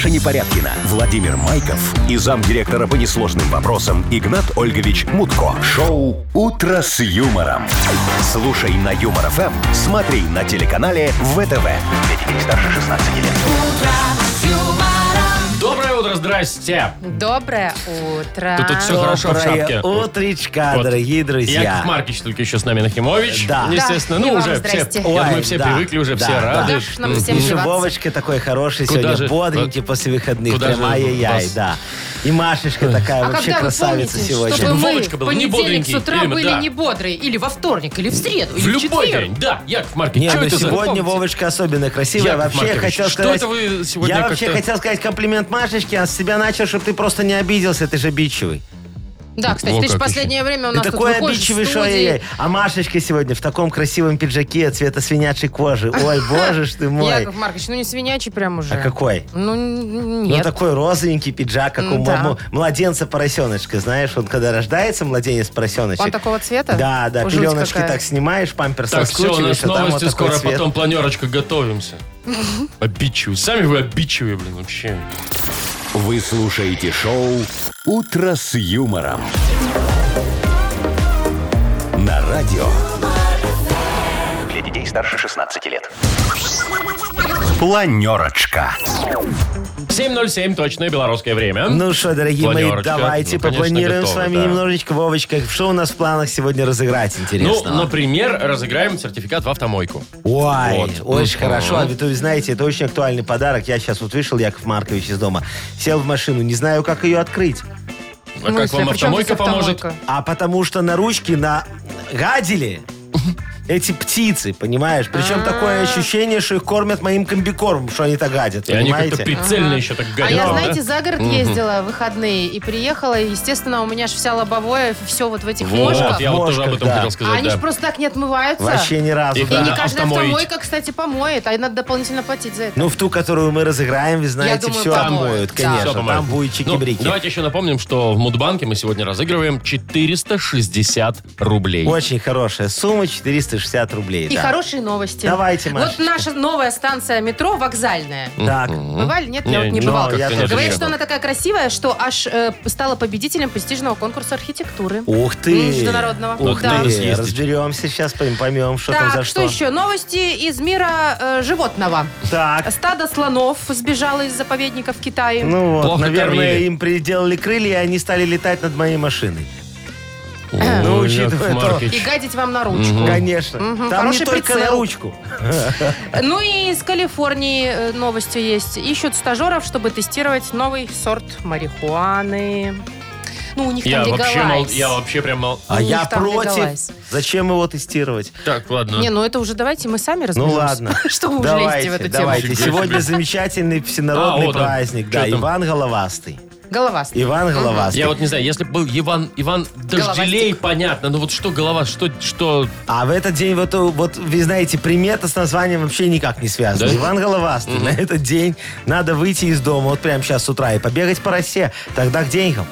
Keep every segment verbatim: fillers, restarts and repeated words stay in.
Маша Непорядкина, Владимир Майков и замдиректора по несложным вопросам Игнат Ольгович Мутко. Шоу «Утро с юмором». Слушай на Юмор ФМ, смотри на телеканале ВТВ. Для детей старше шестнадцати лет. Доброе утро, здрасте. Доброе утро. Тут, тут все хорошо в шапке. Утречка, Вот. дорогие друзья. Яков Маркич только еще с нами, Нахимович. Да. Естественно, Да, и ну вам уже здрасте. все, я думаю, Ой, все да, привыкли, уже да, все да. рады. Куда ж нам Мгм. всем Миша деваться? Вовочка такой хороший Куда сегодня, же- бодренький вот- после выходных. куда Прям же ай-яй-яй, вас- да. И Машечка такая А вообще когда вы красавица помните, сегодня. чтобы мы Вовочка в был не понедельник бодренький, с утра или- были да. не бодрые? Или во вторник, или в среду, В или в любой четверг? день, да. Яков Маркич, Не, что ну это за... сегодня Помните? Вовочка особенно красивая. Яков Вообще я Маркович, хотел что сказать... это вы сегодня Я вообще как-то- хотел сказать комплимент Машечке, а с себя начал, чтобы ты просто не обиделся, ты же обидчивый. Да, кстати, Во ты же в как последнее время у Ты нас тут такой выходишь обидчивый, в что студии. ай-яй. А Машечка сегодня в таком красивом пиджаке цвета свинячей кожи. Ой, боже ж ты мой. Яков Маркович, ну не свинячий прям уже. А какой? Ну, н- Ну, нет. такой розовенький пиджак, как у М, да. м- младенца-поросеночка. Знаешь, он когда рождается, младенец-поросеночек. Он такого цвета? Да, да, О, жуть пеленочки какая. так снимаешь, памперс Так, все, у раскручиваешь, нас а там вот новости, такой скоро цвет. потом планерочка, готовимся. Обидчивый. Сами вы обидчивые, блин, вообще. Вы слушаете шоу «Утро с юмором». На радио. Для детей старше шестнадцати лет. Планерочка. семь ноль семь, точное белорусское время. Ну что, дорогие мои, Планерочка. давайте Ну, конечно, попланируем готовы, с вами да. немножечко, Вовочка, что у нас в планах сегодня разыграть Ну, интересного? например, разыграем сертификат в автомойку. Ой, Вот. очень Мгм. хорошо. А ведь вы знаете, это очень актуальный подарок. Я сейчас вот вышел, Яков Маркович, из дома, сел в машину, не знаю, как ее открыть. А как смысле, вам при чем автомойка здесь поможет? автомойка? А потому что на ручке нагадили эти птицы, понимаешь? Причем такое ощущение, что их кормят моим комбикормом, что они так гадят, И они понимаете? как-то прицельно еще так А гадят. я, да? знаете, за город ездила в выходные и приехала, и, естественно, у меня же вся лобовое, все вот в этих Вот, ножках. я вот тоже об этом да. хотел А сказать, они да. же просто так не отмываются. Вообще ни разу. Их И да. не надо каждая автомоить. автомойка, кстати, помоет, а надо дополнительно платить за это. Ну, в ту, которую мы разыграем, вы знаете, думаю, все помоют. отмоют, Да. конечно. Всё помоют. Там будет Ну, чики-брики. давайте еще напомним, что в Мудбанке мы сегодня разыгрываем четыреста шестьдесят рублей. Очень хорошая сумма, четыреста шестьдесят рублей. И да. хорошие новости. Давайте, Вот Машечка. наша новая станция метро вокзальная. Так. Бывали? Нет, Не, я вот не не, бывала. ну, я как-то тоже не Говорят, еще. что она такая красивая, что аж э, стала победителем престижного конкурса архитектуры. Ух ты! Международного. Ух Да. ты! Съездить. Разберемся сейчас, пойм- поймем, что там Так, за что что. еще? Новости из мира э, животного. Так. Стадо слонов сбежало из заповедника в Китае. Ну вот, Плохо наверное, кормили. им приделали крылья, и они стали летать над моей машиной. Ой, Ну, Яков учитывая то- Маркович. И гадить вам на ручку. Конечно. Мгм, Там не хороший только прицел. на ручку. Ну и из Калифорнии э, новости есть. Ищут стажеров, чтобы тестировать новый сорт марихуаны. Ну, у них Я там вообще, мол, легалайз. я вообще прям... мол- А У них я там против. легалайз. Зачем его тестировать? Так, ладно. Не, ну это уже давайте мы сами Ну разберемся. ладно. Что вы уже лезете в эту тему? давайте. Фига Сегодня себе. замечательный всенародный А, о, да. праздник. Да, Чё там? Иван Головастый. Головастый. Иван Головастый. Я вот не знаю, если бы был Иван, Иван Дожделей, понятно, но вот что голова, что... что... А в этот день, вот, вот вы знаете, примета с названием вообще никак не связана. Да? Иван Головастый. На этот день надо выйти из дома, вот прямо сейчас с утра, и побегать по росе. Тогда к деньгам.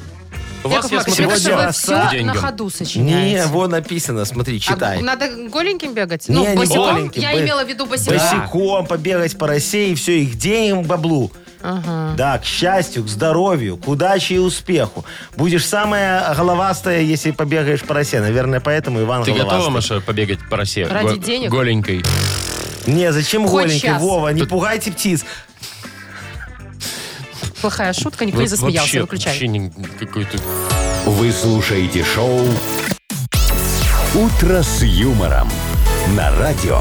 У вас, Яков я Маркович, смотрю, это сегодня что вы роса все на деньгам. ходу Не, сочиняете? вот написано, смотри, читай. А надо голеньким бегать? Не, ну, не босиком? голеньким, Я бы- имела в виду босиком. Босиком побегать по росе, и все, и к деньгам, к баблу. Ага. Да, к счастью, к здоровью, к удаче и успеху. Будешь самая головастая, если побегаешь по росе. Наверное, поэтому Иван Ты Головастый. готова, Маша, побегать по росе? Ради Го- денег? Голенькой. Не, зачем Хоть голенький, щас. Вова, не Тут- пугайте птиц. Плохая шутка, никто не Во- засмеялся. Вообще, Выключай. вообще не- какой-то... Вы слушаете шоу «Утро с юмором» на радио.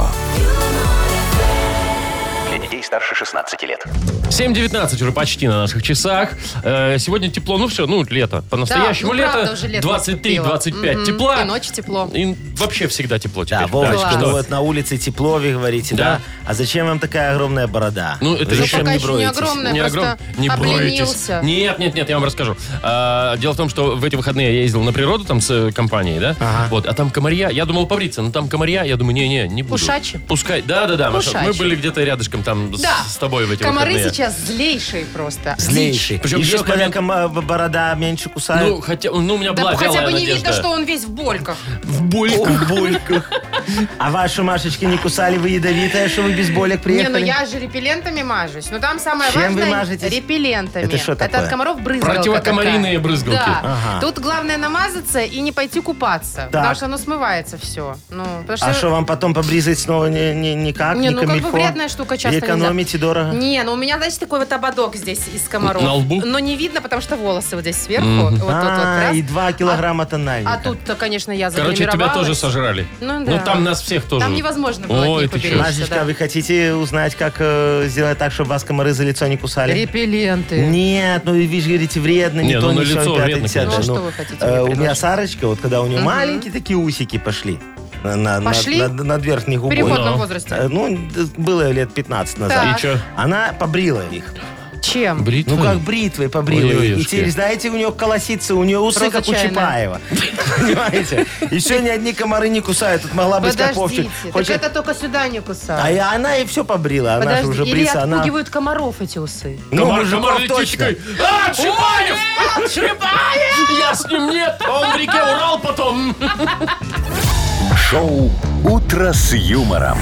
Для детей старше шестнадцати лет. семь девятнадцать уже почти на наших часах. Э, сегодня тепло, ну все, ну лето. По-настоящему Да, ну, правда, лето. уже лето двадцать три двадцать пять Мгм. тепла. И ночью тепло. И вообще всегда тепло теперь. Да, Вовочка, Класс. ну вот на улице тепло, вы говорите, да? Да. А зачем вам такая огромная борода? Ну, это Вы еще- зачем пока не еще не броетесь? огромная. Не, просто огром- не бройтесь. обленился. Нет, нет, нет, я вам расскажу. А, дело в том, что в эти выходные я ездил на природу там с э, компанией, да? Ага. Вот, а там комарья. Я думал побриться, но там комарья. Я думаю, не-не, не буду. Пушачи? Пускай. Да-да-да, Маша. Пушачи. Мы были где-то рядышком там с- Да. с, тобой в эти Комары выходные. сейчас злейшие просто. Злейший. Причем И что, есть когда момент- кома- борода меньше кусают? Ну, хотя, ну, у меня Да была хотя вялая бы не надежда. видно, что он весь в больках. В больках. в бульках. А ваши Машечки не кусали? Вы ядовитая, что вы без болек Не, приехали? ну я же репеллентами мажусь. Но там самое Чем вы важное... мажетесь? Репеллентами. Это что такое? от комаров брызгалка Противокомариные такая. брызгалки. Да. Ага. Тут главное намазаться и не пойти купаться. Потому что оно смывается все. Ну, потому что... А что, вам потом побризать снова не, не, никак? Не, Не ну как бы камильфо? вредная штука, часто Экономите дорого? Не, ну у меня, знаете, такой вот ободок здесь из комаров. На лбу? Но не видно, потому что волосы вот здесь сверху. Вот тут вот А, раз. и два килограмма тональника. А тут-то, конечно, я Короче, тебя загримировалась. тоже сожрали. Ну да. Ну, там нас всех тоже. Там невозможно было Ой, от них ты чё? уберечься, Машечка, да. вы хотите узнать, как э, сделать так, чтобы вас комары за лицо не кусали? Репелленты. Нет, ну вы же говорите, вредно, не, Не, то, ну, на не сё, лицо пятое, вредно, десятое. конечно. Ну, а Ну, что вы хотите э, мне У меня предложить? Сарочка, вот когда у нее маленькие такие усики пошли, на, на- Пошли? над, над верхней В губой. переходном Ну. возрасте. Э, Ну, д- было лет пятнадцать назад. Так. И чё? Она побрила их. Чем? Бритвой? Ну, как бритвой побрила. Ой-ой-ой, И ешки. теперь, знаете, у нее колосится, у нее усы, Роза как у чайная. Чапаева. Понимаете? И все, ни одни комары не кусают. Тут могла быть как Вовчик. Подождите, так Хочет- это только сюда не кусают. А и она и все побрила. Она же Подожди, уже или бриться, она... отпугивают комаров эти усы. Ну, Комар, мужиков комар летит, точно. такой, а, Чапаев! Чапаев! Я с ним нет, а он в реке Урал потом. Шоу «Утро с юмором».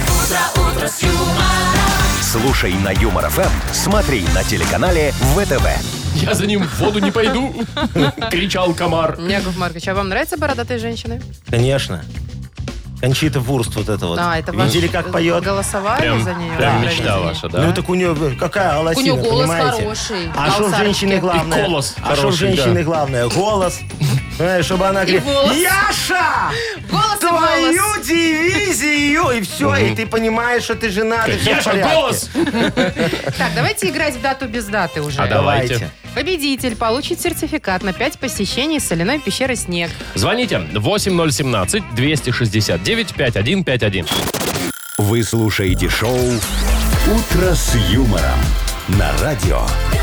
Слушай на Юмор ФМ, смотри на телеканале ВТВ. Я за ним в воду не пойду, кричал комар. Яков Маркович, а вам нравятся бородатые женщины? Конечно. Кончита Вурст вот это вот. Да, это ваш- Видели, как поет? Голосовали Прям, за нее? прям на мечта Евровидении? ваша, да? Ну так у нее какая У голосина, нее голос понимаете? хороший. А что в Алсарочки. женщине главное? И голос а что в хороший, женщине да. главное? Голос. Знаешь, чтобы она говорит, волос. Яша! Голос и Твою голос. дивизию! И все, и ты понимаешь, что ты жена, ты всё в Яша, порядке. голос! Так, давайте играть в дату без даты уже. А давайте. Победитель получит сертификат на пять посещений соляной пещеры «Снег». Звоните восемь ноль семнадцать двести шестьдесят девять пятьдесят один пятьдесят один. Вы слушаете шоу «Утро с юмором» на радио.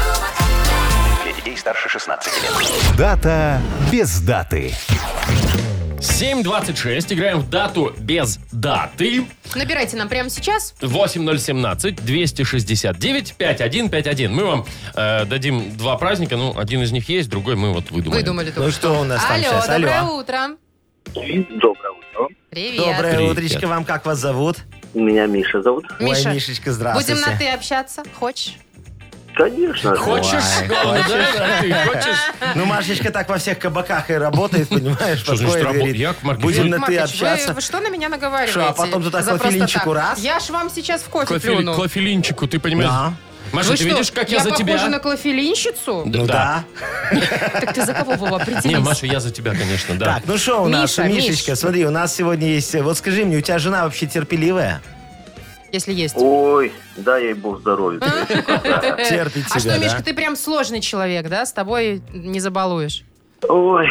Для детей старше шестнадцати лет. Дата без даты. семь двадцать шесть. Играем в дату без даты. Набирайте нам прямо сейчас. восемь ноль семнадцать двести шестьдесят девять пятьдесят один пятьдесят один. Мы вам э, дадим два праздника. Ну, один из них есть, другой мы вот выдумали. Выдумали только Ну что у нас там Алло, сейчас? доброе Алло. утро. Доброе утро. Привет. Доброе Привет. утречко вам. Как вас зовут? Меня Миша зовут. Миша, Ой, Мишечка, здравствуйте. будем на «ты» общаться? Хочешь? Конечно. Хочешь? Ой, Главное, да, да, ты хочешь? Ну, Машечка так во всех кабаках и работает, понимаешь? Что значит подходит, рабо- говорит, Яков Маркович, будем вы- на «ты» Маркович, вы- общаться. Вы, что на меня наговариваете? Что, а потом туда За просто клофелинчику так. раз? Я ж вам сейчас в кофе Клофели- плюну. Клофелинчику, ты понимаешь? Да. Маша, Вы ты что, видишь, как я, за похожа тебя? на клофелинщицу? Ну да. Так ты за кого, Вова, Не, определись? Маша, я за тебя, конечно, да. Так, ну что у нас, Миша, Мишечка, Миш. смотри, у нас сегодня есть... Вот скажи мне, у тебя жена вообще терпеливая? Если есть. Ой, дай ей бог здоровья. Терпит А тебя, что, Мишка, да? ты прям сложный человек, да? С тобой не забалуешь. Ой,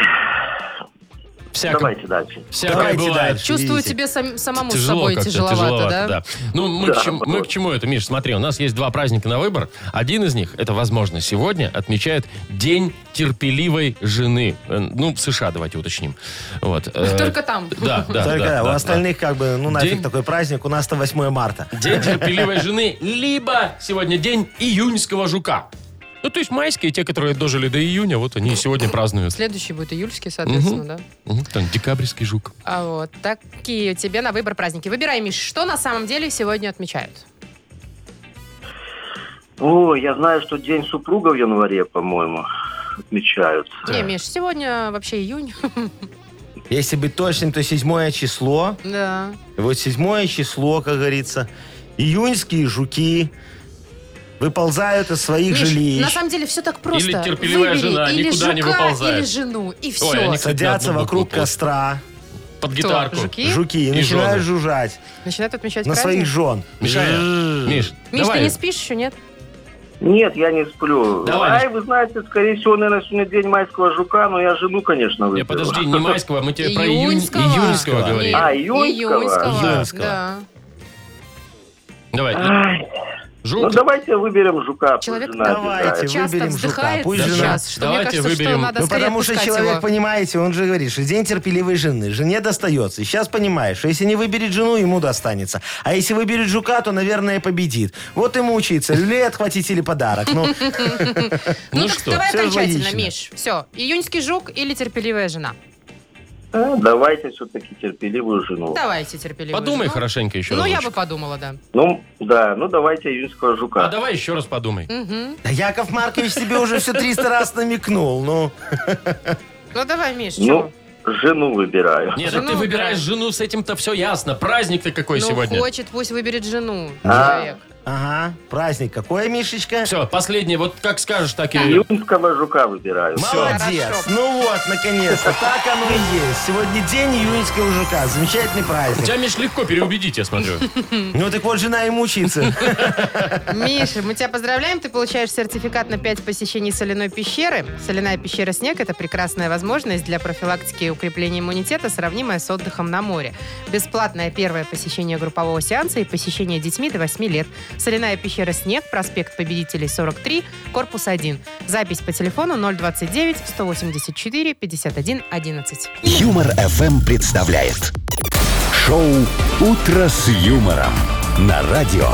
Всяко, давайте дальше. всякое Давайте бывает. дальше. Чувствую, видите. тебе сам- самому с Тяжело собой как-то, тяжеловато, да? Ну, мы, Да, к чему, мы вот. к чему это, Миш? Смотри, у нас есть два праздника на выбор. Один из них, это, возможно, сегодня отмечает День терпеливой жены. Э, Ну, в США, давайте уточним. Вот. э, Только там. Да, да, Только да, у да, остальных как бы, ну нафиг День- такой праздник, у нас-то восьмое марта. да. День терпеливой жены, либо сегодня день июньского жука. Ну, то есть майские, те, которые дожили до июня, вот они сегодня празднуют. Следующий будет июльский, соответственно, да? Мгм, там декабрьский жук. А вот такие у тебя на выбор праздники. Выбирай, Миш, что на самом деле сегодня отмечают? Ой, я знаю, что День супруга в январе, по-моему, отмечают. Не, Миш, сегодня вообще июнь. Если быть точным, то седьмое число. Да. Вот седьмое число, как говорится, июньские жуки выползают из своих Миш, жилищ, на самом деле все так просто. Или терпеливая Выбери жена или никуда не жука, выползает. или жену, и все. Ой, они, кстати, садятся одну букву вокруг просто. костра, Под гитарку. Жуки? жуки, и, И начинают жены. жужжать Начинают отмечать на праздник? своих жен. Мишаня, Миш, Миш, давай. ты не спишь еще, нет? Нет, я не сплю. Давай. Ай, вы знаете, скорее всего, наверное, сегодня День майского жука, но я жену, конечно, Не, выберу. подожди, не майского, мы тебе про июнь- Июньского. июньского говорим. А, июньского? Июньского. Да. Давай. Ай, Жук. ну, давайте выберем жука. пусть Человек жена Давайте, отдыхает. часто выберем жука, вздыхает пусть жена- сейчас, что мне Давайте кажется, выберем. что надо Ну, скорее потому что отпускать человек, его. понимаете, он же говорит, что день терпеливой жены. Жене достается. И сейчас понимаешь, что если не выберет жену, ему достанется. А если выберет жука, то, наверное, победит. Вот и мучается. Люлей отхватить или подарок. Ну, Ну, Ну так что, давай всё окончательно, логично. Миш. Все, июньский жук или терпеливая жена? А, давайте все-таки терпеливую жену. Давайте терпеливую Подумай жену. хорошенько еще Ну, раз. я бы подумала, да. Ну, да, ну давайте июньского А жука. давай еще раз подумай. Мгм. Да Яков Маркович тебе уже все триста раз намекнул. Ну, Ну, давай, Миш, Ну, чего? жену выбираю. Нет, Жену так ты выбираешь выбирай. жену, с этим-то все ясно. Праздник-то какой Ну, сегодня. хочет, пусть выберет жену. А. Человек. ага, праздник какой, Мишечка? Все, последний, вот как скажешь, так и... Июньского жука выбираю. Молодец. Хорошо. Ну вот, наконец-то, так оно и есть. Сегодня день июньского жука. Замечательный праздник. Тебя, Миш, легко переубедить, я смотрю. Ну так вот, жена и мучится. Миша, мы тебя поздравляем. Ты получаешь сертификат на пять посещений соляной пещеры. Соляная пещера «Снег» — это прекрасная возможность для профилактики и укрепления иммунитета, сравнимая с отдыхом на море. Бесплатное первое посещение группового сеанса и посещение детьми до восьми лет. Соляная пещера «Снег», проспект Победителей, сорок три, корпус один. Запись по телефону ноль двадцать девять сто восемьдесят четыре пятьдесят один одиннадцать. Юмор эф эм представляет шоу «Утро с юмором» на радио.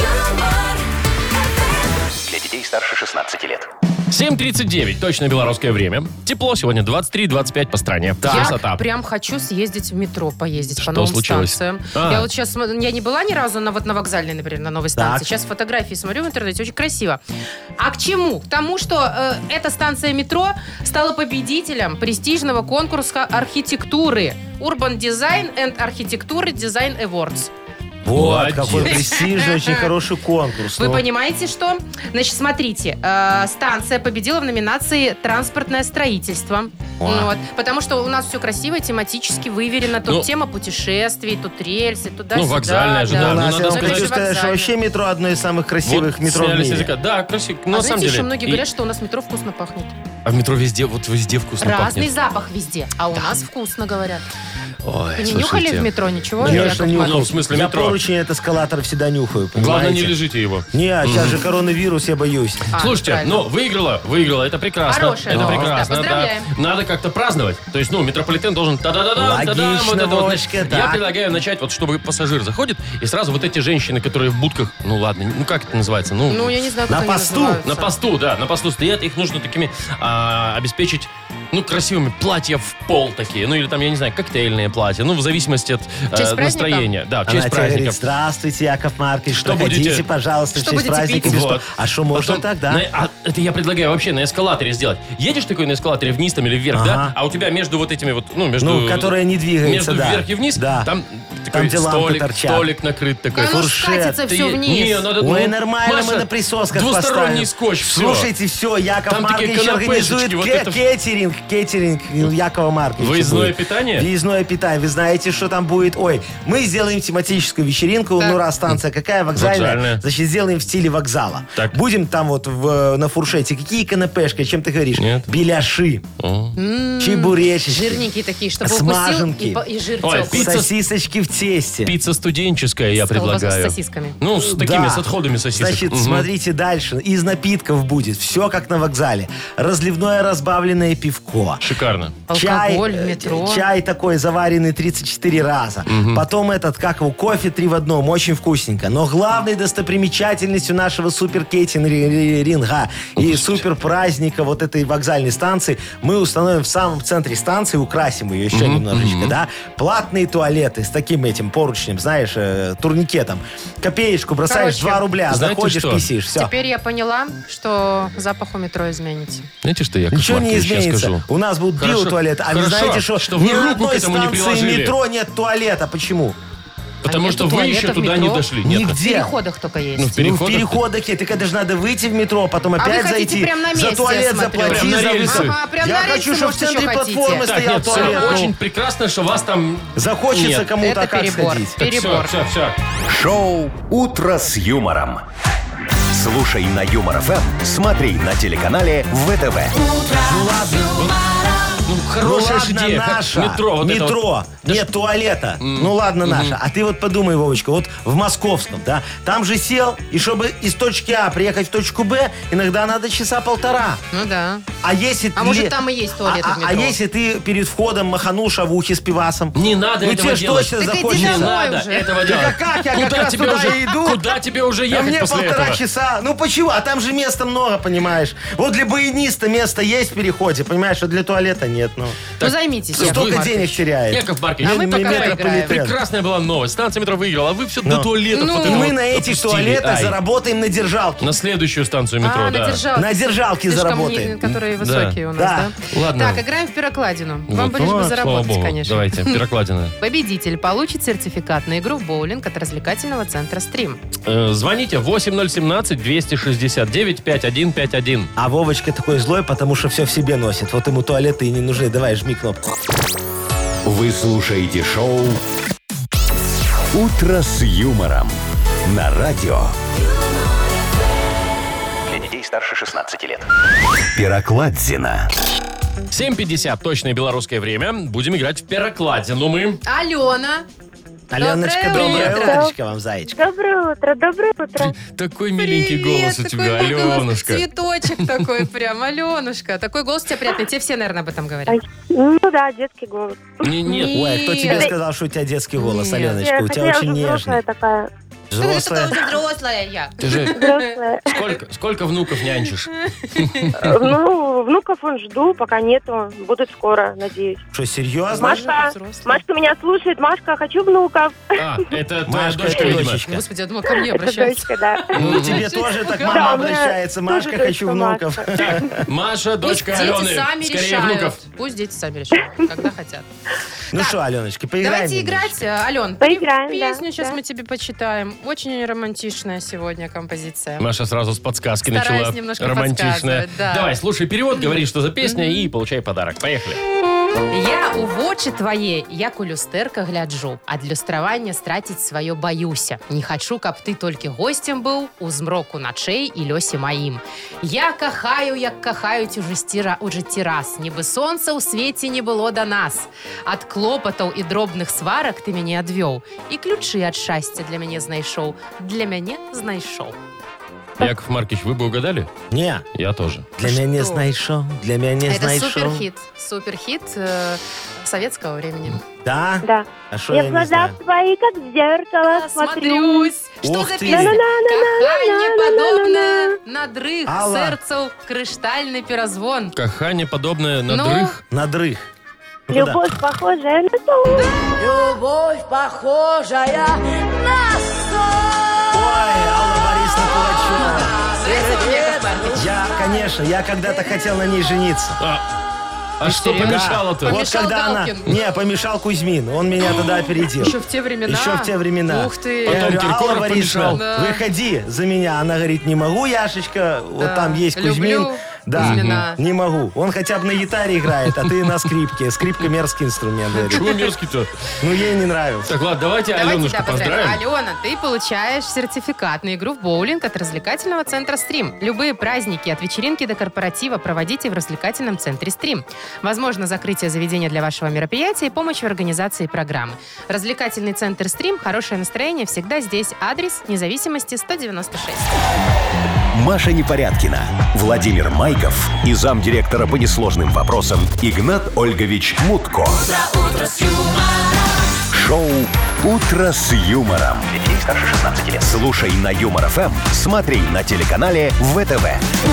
Для детей старше шестнадцати лет. семь тридцать девять, точно белорусское время. Тепло сегодня двадцать три двадцать пять по стране. Я Красота. прям хочу съездить в метро, поездить Что по новым случилось? станциям. А. Я вот сейчас, я не была ни разу на, вот на вокзальной, например, на новой станции. Так. Сейчас фотографии смотрю в интернете, очень красиво. А к чему? К тому, что э, эта станция метро стала победителем престижного конкурса архитектуры Urban Design and Architecture Design Awards. Вот, Молодец. какой престижный, очень хороший конкурс. Вы Ну, понимаете, что? Значит, смотрите, э, станция победила в номинации «Транспортное строительство». О. Ну вот, потому что у нас все красиво, тематически выверено. Тут Ну, тема путешествий, тут рельсы, туда-сюда. Ну, вокзальная же, да. у ну, нас, надо я вам сказать, хочу что сказать, что вокзальная. вообще метро одно из самых красивых Вот метро в сняли с мире. языка. Да, красиво. Ну, А на знаете, самом деле. еще многие И- говорят, что у нас метро вкусно пахнет. А в метро везде, вот везде вкусно Разный пахнет. запах везде, а у нас вкусно, говорят. Ой, Вы не слушайте. нюхали в метро ничего? Конечно, Яков нюхаю. Маркович? Ну, в смысле, Я метро. поручень от эскалатора всегда нюхаю, Главное, не понимаете? лежите его. Не, а сейчас же коронавирус, я боюсь. А, Слушайте, правильно. ну, выиграла, выиграла, это прекрасно. Хорошая это новость, прекрасно, да, да. поздравляем. Надо как-то праздновать. То есть, ну, метрополитен должен та-да-да-да, та-да, Логично, вот это вот. Вовочка, Я так. предлагаю начать, вот чтобы пассажир заходит, и сразу вот эти женщины, которые в будках, ну ладно, ну как это называется? Ну, Ну, я не знаю, как На они посту? называются. на посту, да, на посту стоят, их нужно такими а, обеспечить, ну, красивыми платья в пол такие, ну, или там, я не знаю, коктейльные платья, ну, в зависимости от В честь э, праздника? настроения. Да, в Она честь тебе говорит, праздников. здравствуйте, Яков Маркович, Что проходите, будете? пожалуйста, Что в честь будете праздника. пить? или что? Вот. А что можно Потом тогда? на- а, это я предлагаю вообще на эскалаторе сделать. Едешь такой на эскалаторе вниз там или вверх, Ага. да? А у тебя между вот этими вот, ну, между... Ну, которая не двигается, Между да. вверх и вниз, Да. там такой где лампы столик, торчат. столик накрыт такой. Да оно фуршет. скатится Ты- все вниз. Не, надо, Ой, ну, нормально, Маша, мы на присосках двусторонний поставим. скотч, все. Слушайте, все, Яков Там такие Маркович канапешечки, организует вот ке- это- кетеринг, кетеринг Якова Марковича. Выездное будет. питание? Выездное питание. Вы знаете, что там будет? Ой, мы сделаем тематическую вечеринку. Так. Ну, раз станция какая, вокзальная, Вокзальная. значит, сделаем в стиле вокзала. Так. Будем там вот в, на фуршете. Какие канапешки, чем ты говоришь? Нет. Беляши, О. чебуречки, Жирненькие такие, чтобы Смаженки. укусил и, по- и жир Ой, тек. пицца- сосисочки в тесте. Пицца студенческая, я С колбасой, предлагаю. с сосисками. Ну, с такими, Да. с отходами сосисок. Значит, Мгм. смотрите дальше. Из напитков будет все как на вокзале. Разливное разбавленное пивко. Шикарно. Алкоголь Чай, в метро. э, чай такой заваренный тридцать четыре раза. Потом этот, как его, кофе три в одном. Очень вкусненько. Но главной достопримечательностью нашего супер-кейтинга и супер-праздника вот этой вокзальной станции мы установим в самом центре станции, украсим ее еще немножечко, да, платные туалеты с таким этим поручнем, знаешь, э, турникетом. Копеечку бросаешь, Короче, два рубля, знаете заходишь, что? писишь. Все. Теперь я поняла, что запах у метро изменится. Знаете, что я, Ничего не сейчас изменится. скажу? У нас будут Хорошо. биотуалеты. А вы Хорошо, знаете, что, что вы ни на руку к одной этому не станции приложили. метро нет туалета. Почему? Потому А что нету вы еще туалета в туда не метро? дошли. Нет. Нигде. В переходах только есть. Ну, в Ну, в переходах. переходах нет. Так это же надо выйти в метро, потом А вы опять хотите зайти. прям на месте, за туалет я смотрю. заплати, Прям на за рельсы. выход. Ага, прям Я на хочу, рельсы, чтобы в может, центре еще платформы хотите. Так, стоял нет, все, туалет. Ну, очень прекрасно, что вас там... захочется Нет. кому-то, Это а как перебор. сходить? Так, Перебор. все, все, все. Шоу «Утро с юмором». Слушай на Юмор эф эм, смотри на телеканале вэ тэ вэ. Ну, Ну хорошая же ладно, идея. как наша. Метро. Вот это Метро. вот. Да Нет туалета. Ну ладно, наша. А ты вот подумай, Вовочка, вот в московском, да, там же сел, и чтобы из точки А приехать в точку Б, иногда надо часа полтора. Ну да. А если А ты- может, там и есть туалеты а, в а- а метро? если ты перед входом маханул шавухи с пивасом? Не надо ну этого тебе делать. что сейчас Так иди захочется? Не домой надо уже. этого Так делать. а как? Я как Куда раз тебе туда уже, и иду. Куда тебе уже А ехать мне после полтора этого? часа. Ну почему? А там же места много, понимаешь? Вот для баяниста места есть в переходе, понимаешь, а для туалета нет, ну. Ну, займитесь, Яков Столько Маркович. денег теряет. Яков Маркович, А мы пока Метрополитен. прекрасная была новость. Станция метро выиграла, а вы все Ну. до туалетов Ну. вот И это мы вот на этих опустили. туалетах Ай. заработаем на держалке. На следующую станцию метро, А, да. на держалке. На держалке Слишком заработаем. не- которые высокие у нас, Да. да? Ладно. Так, играем в пирокладину. Вам Вот. бы лишь бы О, заработать, слава богу. конечно. Давайте, пирокладина. Победитель получит сертификат на игру в боулинг от развлекательного центра «Стрим». Э, Звоните восемь ноль семнадцать двести шестьдесят девять пятьдесят один пятьдесят один. А Вовочка такой злой, потому что все в себе носит. Вот ему туалеты и не нужны. Давай, жми кнопку. Вы слушаете шоу «Утро с юмором» на радио. Для детей старше шестнадцати лет. Пирокладзина. семь пятьдесят, точное белорусское время. Будем играть в пирокладину мы. Алена. Аленочка, Доброе доброе утро. утречко вам, зайчка. Доброе утро, доброе утро. Такой миленький Привет, голос у такой тебя, голос, Аленушка. Цветочек такой прям, Аленушка. Такой голос у тебя приятный. Тебе все, наверное, об этом говорят. Ай, ну да, детский голос. Не, нет, Ой, а кто тебе Нет. сказал, что у тебя детский голос, Нет. Аленочка? У тебя Хотя очень я уже взрослая нежный. такая. Взрослая. взрослая я. ты же Взрослая. сколько, сколько внуков нянчишь? Ну, внуков он жду, пока нету. Будут скоро, надеюсь. Что, серьезно? Машка, взрослая. Машка меня слушает. Машка, хочу внуков. А, это твоя Машка, дочка, это видимо. дочечка. Господи, я думала, ко мне Это обращаются. дочка, да. Ну, тебе тоже так Да, мама у меня обращается. тоже Машка, хочу дочка внуков. Так, Маша, Пусть дочка дети Алены. сами Скорее решают. внуков. Пусть дети сами решают, когда хотят. Ну Так, что, Аленочка, поиграем Давайте немножечко? играть. Ален, Поиграем, песню да, сейчас да. мы тебе почитаем. Очень романтичная сегодня композиция. Маша сразу с подсказки Стараюсь начала. немножко Романтичная. подсказывать, да. Давай, слушай перевод, говори, что за песня, и получай подарок. Поехали. Я у вочы твае, як у люстэрка гляджу, ад люстравання страціць сваё баюся. Не хачу, каб ты толькі госцем быў у змроку начэй і лёсе маім. Я кахаю, як кахаюць у жыцці, ра- у жыцці раз, нібы сонца ў свеце не было да нас. Ад клопатаў і дробных сварак ты мяне адвёў, і ключы ад шчасця для мяне знайшоў, для мяне знайшоў. Яков Маркович, вы бы угадали? Не, Я тоже. для меня не знайшов, для меня не Это знайшов. суперхит, суперхит э, советского времени. Да? Да. А что Я я в не знаю? глазах твои, как в зеркало, смотрю. Смотрюсь. Что Ух за ты. песня? Каханне На-на-на-на-на-на-на. падобнае на дрых Алла. сэрцаў крыштальны перазвон. Кахание подобное на Ну? дрых. Надрых. Ну, куда? Любовь, похожая на сон. Любовь, похожая на сон. Ой, Алла Борисовна Пугачева. Нравится вам, Яков Маркович? Я, конечно, я когда-то хотел на ней жениться. А, а что Серьезно? помешало-то? Вот Помешал когда она... Галкин. Не, помешал Кузьмин. Он меня тогда опередил. Еще в те времена? Еще в те времена. Ух ты. Я Потом говорю, Киркоров Алла Борисовна, помешал. Да. выходи за меня. Она говорит, не могу, Яшечка. Вот Да. там есть Кузьмин. Люблю Да, Кузьмина. не могу. Он хотя бы на гитаре играет, а ты на скрипке. Скрипка мерзкий инструмент. говорит. Чего мерзкий-то? Ну, ей не нравится. Так, ладно, давайте, Давайте, Аленушку да, поздравим. поздравим. Алена, ты получаешь сертификат на игру в боулинг от развлекательного центра «Стрим». Любые праздники, от вечеринки до корпоратива проводите в развлекательном центре «Стрим». Возможно закрытие заведения для вашего мероприятия и помощь в организации программы. Развлекательный центр «Стрим», хорошее настроение всегда здесь. Адрес независимости сто девяносто шесть. Маша Непорядкина, Владимир Майков и замдиректора по несложным вопросам Игнат Ольгович Мутко. Шоу «Утро с юмором». Для детей старше шестнадцати лет. Слушай на Юмор ФМ, смотри на телеканале ВТВ.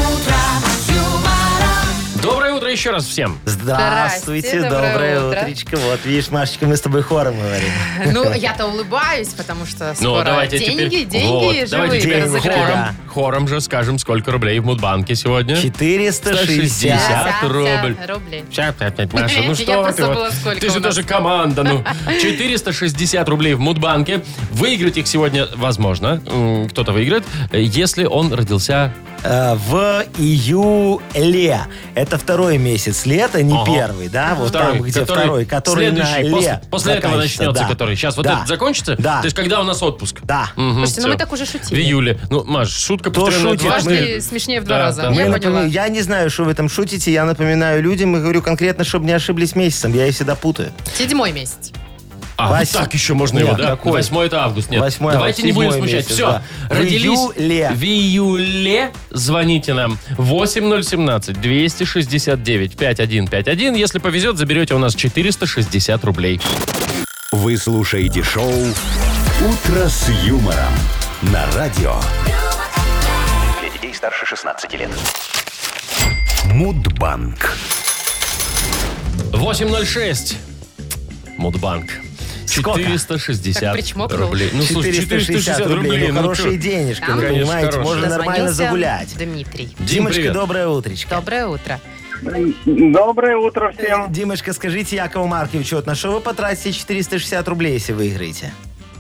Доброе утро еще раз всем. Здравствуйте, Здрасте, доброе доброе утро. утречко. Вот, видишь, Машечка, мы с тобой хором говорим. Ну, я-то улыбаюсь, потому что Ну, скоро давайте деньги, теперь... деньги Вот, живые давайте теперь разыграем. хором, Да. хором же скажем, сколько рублей в Мудбанке сегодня. четыреста шестьдесят. шестьдесят рубль. рублей. Сейчас, опять, Маша, ну Я что ты? просто вот? забыла, сколько Ты у же нас. тоже команда, ну. четыреста шестьдесят рублей в Мудбанке. Выиграть их сегодня возможно. М, Кто-то выиграет, если он родился... Э, В июле. Это второй месяц лета, не Ага. первый, да? Вот Второй, там, где который второй, который на следующий, ле после, после этого заканчивается, начнется, да. который. Сейчас вот Да. этот закончится? Да. То есть когда у нас отпуск? Да. Мгм, Слушайте, ну всё. мы так уже В шутили. июле. Ну, Маш, шутка Кто повторенная шутит? дважды. Дважды смешнее в два Да, раза. да. Я Мы поняла. напомя- Я не знаю, что вы там шутите. Я напоминаю людям и говорю конкретно, чтобы не ошиблись месяцем. Я их всегда путаю. Седьмой месяц. А, Вась- так еще можно Нет, его, да? какой? Восьмой это август, нет. Восьмой Давайте август, не будем седьмой смущать. месяц, Все, да. В родились июле. в июле. Звоните нам восемь ноль семнадцать двести шестьдесят девять пятьдесят один пятьдесят один. Если повезет, заберете у нас четыреста шестьдесят рублей. Вы слушаете шоу «Утро с юмором» на радио Для детей старше шестнадцати лет. Мудбанк. восемь ноль шесть. Мудбанк. Сколько? четыреста шестьдесят Так причмокнул. рублей. Ну, слушай, четыреста шестьдесят рублей. Ну, ну, хорошие чё? денежки, Там, ну, конечно, понимаете, хорошие. можно нормально Дозвонился загулять. Дмитрий. Дим, Димочка, привет. доброе утречко. Доброе утро. Доброе утро всем. Димочка, скажите Якову Марковичу, вот на что вы потратите четыреста шестьдесят рублей, если выиграете?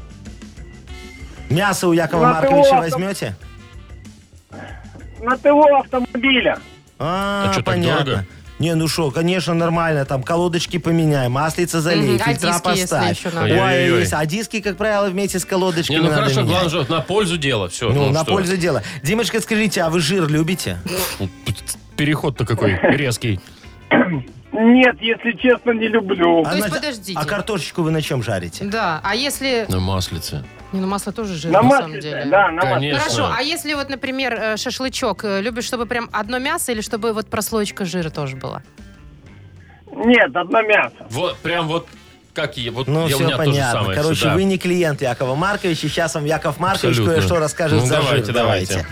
Мясо у Якова На Марковича ТО. возьмете? На ТО автомобиля. А, А чё, так понятно. дорого? Не, ну что, конечно, нормально. Там колодочки поменяй, маслица залей, Мгм, а фильтра диски, если поставь. еще надо? Ой, Ой-ой-ой. есть. А диски, как правило, вместе с колодочками Не, ну надо хорошо, менять. главное, что вот на пользу дела. Все, Ну, на что? пользу дела. Димочка, скажите, а вы жир любите? Переход-то какой резкий. Нет, если честно, не люблю. То есть, на- подождите. А картошечку вы на чем жарите? Да, а если... На маслице. Не, ну масло тоже жир, На на, самом маслице, деле. да, на маслице. Конечно. Хорошо, а если вот, например, э, шашлычок, э, любишь, чтобы прям одно мясо или чтобы вот прослоечка жира тоже была? Нет, одно мясо. Вот, прям вот как и вот Ну, я, у все меня тоже понятно. самое. Короче, всё, да. вы не клиент Якова Марковича. Сейчас вам Яков Маркович Абсолютно. кое-что расскажет Ну, за давайте, жир. давайте.